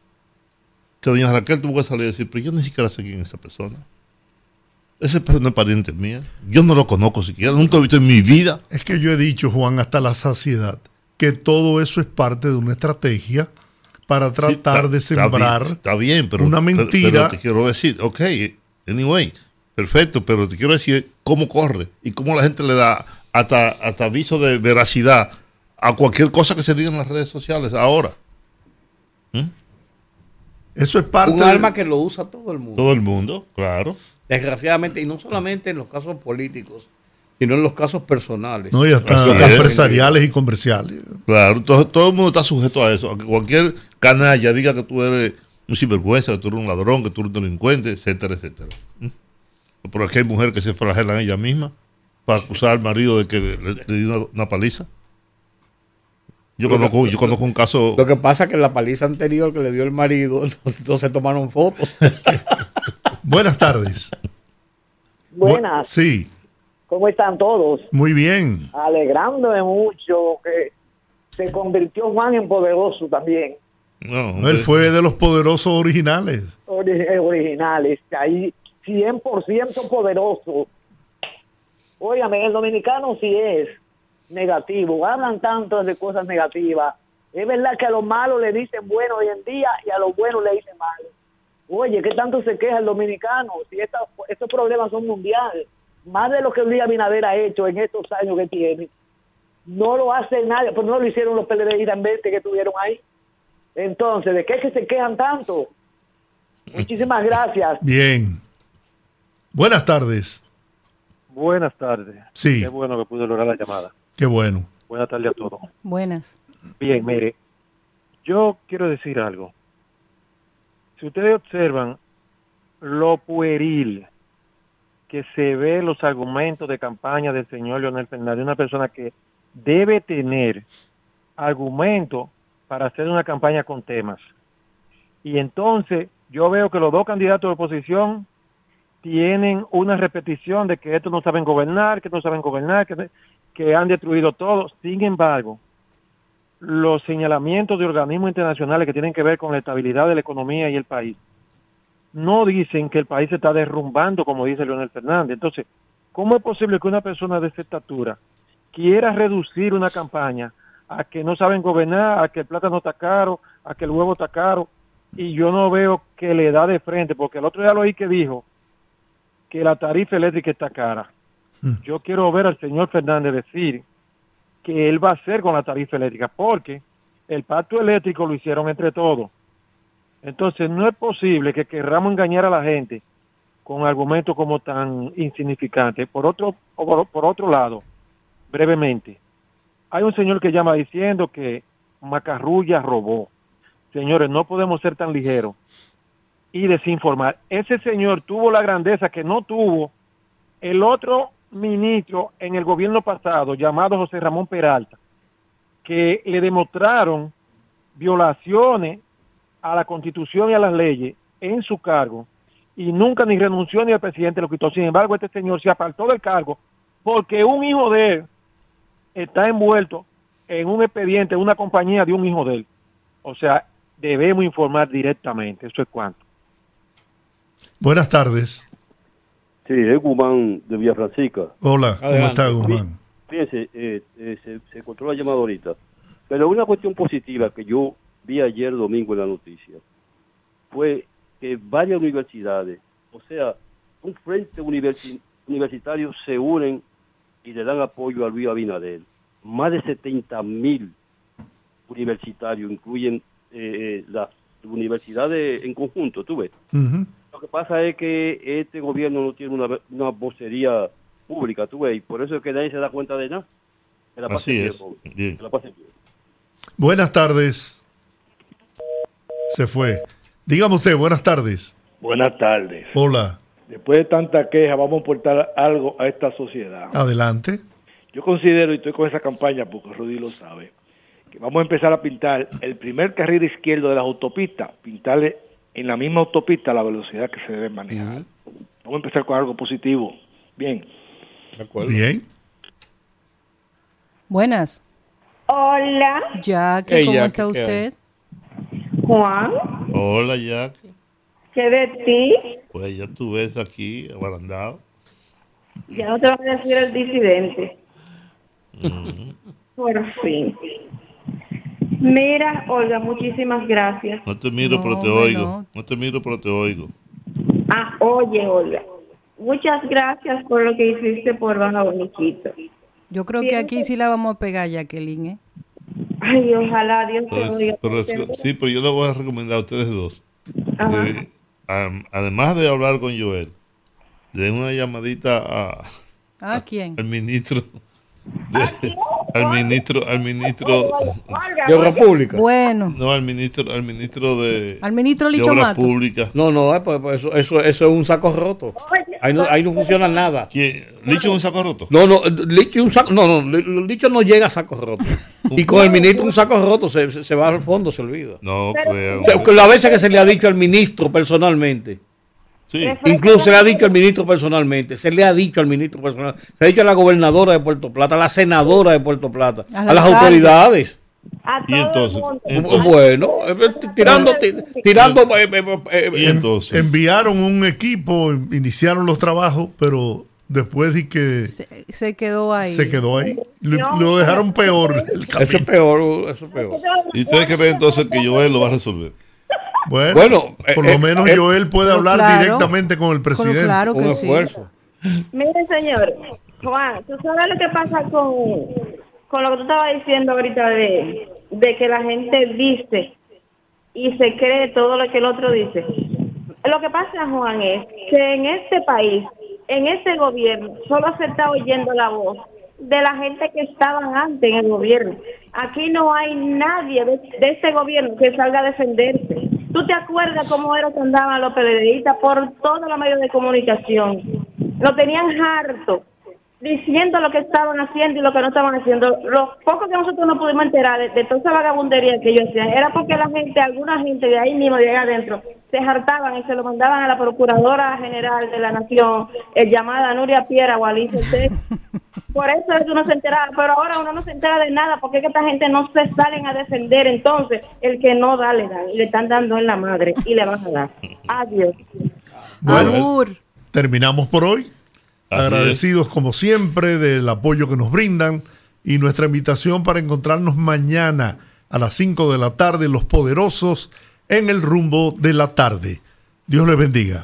que doña Raquel tuvo que salir a decir, pero yo ni siquiera sé quién es esa persona. Ese no es pariente mía. Yo no lo conozco siquiera, nunca lo he visto en mi vida. Es que yo he dicho, Juan, hasta la saciedad, que todo eso es parte de una estrategia para tratar sí, está, de sembrar está bien, está bien, pero, una mentira. Pero, pero te quiero decir, ok, anyway, perfecto, pero te quiero decir cómo corre y cómo la gente le da hasta, hasta aviso de veracidad a cualquier cosa que se diga en las redes sociales ahora. ¿Mm? Eso es parte un de... arma que lo usa todo el mundo. Todo el mundo, claro. Desgraciadamente, y no solamente en los casos políticos, sino en los casos personales. No, y hasta empresariales y comerciales. Claro, todo, todo el mundo está sujeto a eso. A que cualquier canalla diga que tú eres un sinvergüenza, que tú eres un ladrón, que tú eres un delincuente, etcétera, etcétera. ¿Mm? Por aquí hay mujeres que se flagelan ella misma para acusar al marido de que le, le, le dio una, una paliza. Yo conozco, yo conozco un caso. Lo que pasa es que en la paliza anterior que le dio el marido, entonces tomaron fotos. Buenas tardes. Buenas. Sí. ¿Cómo están todos? Muy bien. Alegrándome mucho que se convirtió Juan en poderoso también. No, él fue de los poderosos originales. Ori- originales, ahí cien por ciento poderoso. Óigame, el dominicano sí es negativo, hablan tanto de cosas negativas. Es verdad que a los malos le dicen bueno hoy en día y a los buenos le dicen malo. Oye, ¿qué tanto se queja el dominicano? Si esta, estos problemas son mundiales, más de lo que Luis Abinader ha hecho en estos años que tiene, no lo hace nadie, pues no lo hicieron los P L D veinte que tuvieron ahí. Entonces, ¿de qué es que se quejan tanto? Muchísimas gracias. Bien. Buenas tardes. Buenas tardes. Sí. Qué bueno que pude lograr la llamada. Qué bueno. Buenas tardes a todos. Buenas. Bien, mire, yo quiero decir algo. Si ustedes observan lo pueril que se ve los argumentos de campaña del señor Leonel Fernández, una persona que debe tener argumentos para hacer una campaña con temas. Y entonces yo veo que los dos candidatos de oposición tienen una repetición de que estos no saben gobernar, que no saben gobernar, que, que han destruido todo. Sin embargo, los señalamientos de organismos internacionales que tienen que ver con la estabilidad de la economía y el país no dicen que el país se está derrumbando, como dice Leonel Fernández. Entonces, ¿cómo es posible que una persona de esa estatura quiera reducir una campaña a que no saben gobernar, a que el plátano está caro, a que el huevo está caro? Y yo no veo que le da de frente, porque el otro día lo oí que dijo que la tarifa eléctrica está cara. Mm. Yo quiero ver al señor Fernández decir que él va a hacer con la tarifa eléctrica, porque el pacto eléctrico lo hicieron entre todos. Entonces no es posible que querramos engañar a la gente con argumentos como tan insignificantes. Por otro, por, por otro lado, brevemente, hay un señor que llama diciendo que Macarrulla robó. Señores, no podemos ser tan ligeros y desinformar. Ese señor tuvo la grandeza que no tuvo el otro ministro en el gobierno pasado, llamado José Ramón Peralta, que le demostraron violaciones a la Constitución y a las leyes en su cargo, y nunca ni renunció ni el presidente lo quitó. Sin embargo, este señor se apartó del cargo porque un hijo de él está envuelto en un expediente, una compañía de un hijo de él. O sea, debemos informar directamente. Eso es cuanto. Buenas tardes. Sí, es Guzmán de Villa Francisca. Hola, ¿cómo Adelante. está, Guzmán? Fíjense, eh, eh, se, se encontró la llamada ahorita. Pero una cuestión positiva que yo vi ayer domingo en la noticia fue que varias universidades, o sea, un frente universi- universitario se unen y le dan apoyo a Luis Abinader. Más de setenta mil universitario, incluyen eh, las universidades en conjunto, ¿tú ves? Uh-huh. Lo que pasa es que este gobierno no tiene una, una vocería pública, tú ves, y por eso es que nadie se da cuenta de nada. Que la pase Así bien, es. joven. Bien. Que la pase bien. Buenas tardes. Se fue. Dígame usted, buenas tardes. Buenas tardes. Hola. Después de tanta queja, vamos a aportar algo a esta sociedad. Adelante. Yo considero, y estoy con esa campaña porque Rudy lo sabe, que vamos a empezar a pintar el primer carril izquierdo de las autopistas, pintarle en la misma autopista la velocidad que se debe manejar. Uh-huh. Vamos a empezar con algo positivo. Bien. De acuerdo. Bien. Buenas. Hola. Jackie, Hey, ¿cómo Jackie, está usted? Juan. Hola, Jackie. ¿Qué de ti? Pues ya tú ves aquí, abarandado. Ya no te van a decir el disidente. Uh-huh. Por fin. Mira, Olga, muchísimas gracias. No te miro, No, pero te bueno. oigo. No te miro, pero te oigo. Ah, oye, Olga. Muchas gracias por lo que hiciste por Baja Boniquito. Yo creo que aquí sí la vamos a pegar, Jacqueline, ¿eh? Ay, ojalá Dios te Pero, oiga. pero es que- sí, pero yo le voy a recomendar a ustedes dos. Ajá. de- am- además de hablar con Joel, den una llamadita a, ¿A quién? al ministro. de- al ministro, al ministro de Obras Públicas. Bueno. No, al ministro, al ministro de, Al ministro de Licho Obras Matos. Públicas. No, no, eh, pues, pues eso, eso, eso es un saco roto. Ahí no, ahí no funciona nada. ¿Quién? ¿Licho es un saco roto? No, no, Licho es un saco, no, no, Licho no llega a saco roto. Y con el ministro un saco roto se, se, se va al fondo, se olvida. No creo. O sea, con las veces que se le ha dicho al ministro personalmente. Sí. Incluso se le ha dicho al ministro personalmente, se le ha dicho al ministro personalmente, se ha dicho a la gobernadora de Puerto Plata, a la senadora de Puerto Plata, A a, la las alcalde. autoridades. Y entonces, Bueno, eh, tirando, ti- tirando. eh, eh, eh, y entonces, Enviaron un equipo, iniciaron los trabajos, pero después de que Se, se quedó ahí. se quedó ahí, lo, lo dejaron peor. el Eso es camino. peor, eso es peor. ¿y ustedes creen entonces que Joel lo va a resolver? Bueno, Bueno, por eh, lo menos eh, Joel puede pero hablar claro. directamente con el presidente. claro que Un sí. esfuerzo. Mire, señor, Juan, ¿tú sabes lo que pasa con, con lo que tú estabas diciendo ahorita de, de que la gente dice y se cree todo lo que el otro dice? Lo que pasa, Juan, es que en este país, en este gobierno, solo se está oyendo la voz de la gente que estaban antes en el gobierno. Aquí no hay nadie de, de este gobierno que salga a defenderse. ¿Tú te acuerdas cómo era que andaban los PLDistas por todos los medios de comunicación? Lo tenían harto, diciendo lo que estaban haciendo y lo que no estaban haciendo. Lo poco que nosotros nos pudimos enterar de, de toda esa vagabundería que ellos hacían era porque la gente, alguna gente de ahí mismo, de allá adentro, se hartaban y se lo mandaban a la Procuradora General de la Nación, eh, llamada Nuria Piera o Alicia Ortega. Por eso es que uno se enteraba, pero ahora uno no se entera de nada porque es que esta gente no se salen a defender. Entonces, el que no da, le dan. Y le están dando en la madre y le van a dar. Adiós. Bueno, terminamos por hoy. Así Agradecidos como siempre del apoyo que nos brindan y nuestra invitación para encontrarnos mañana a las cinco de la tarde, Los Poderosos, en el rumbo de la tarde. Dios les bendiga.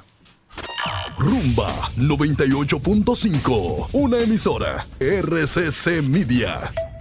Rumba noventa y ocho punto cinco, una emisora R C C Media.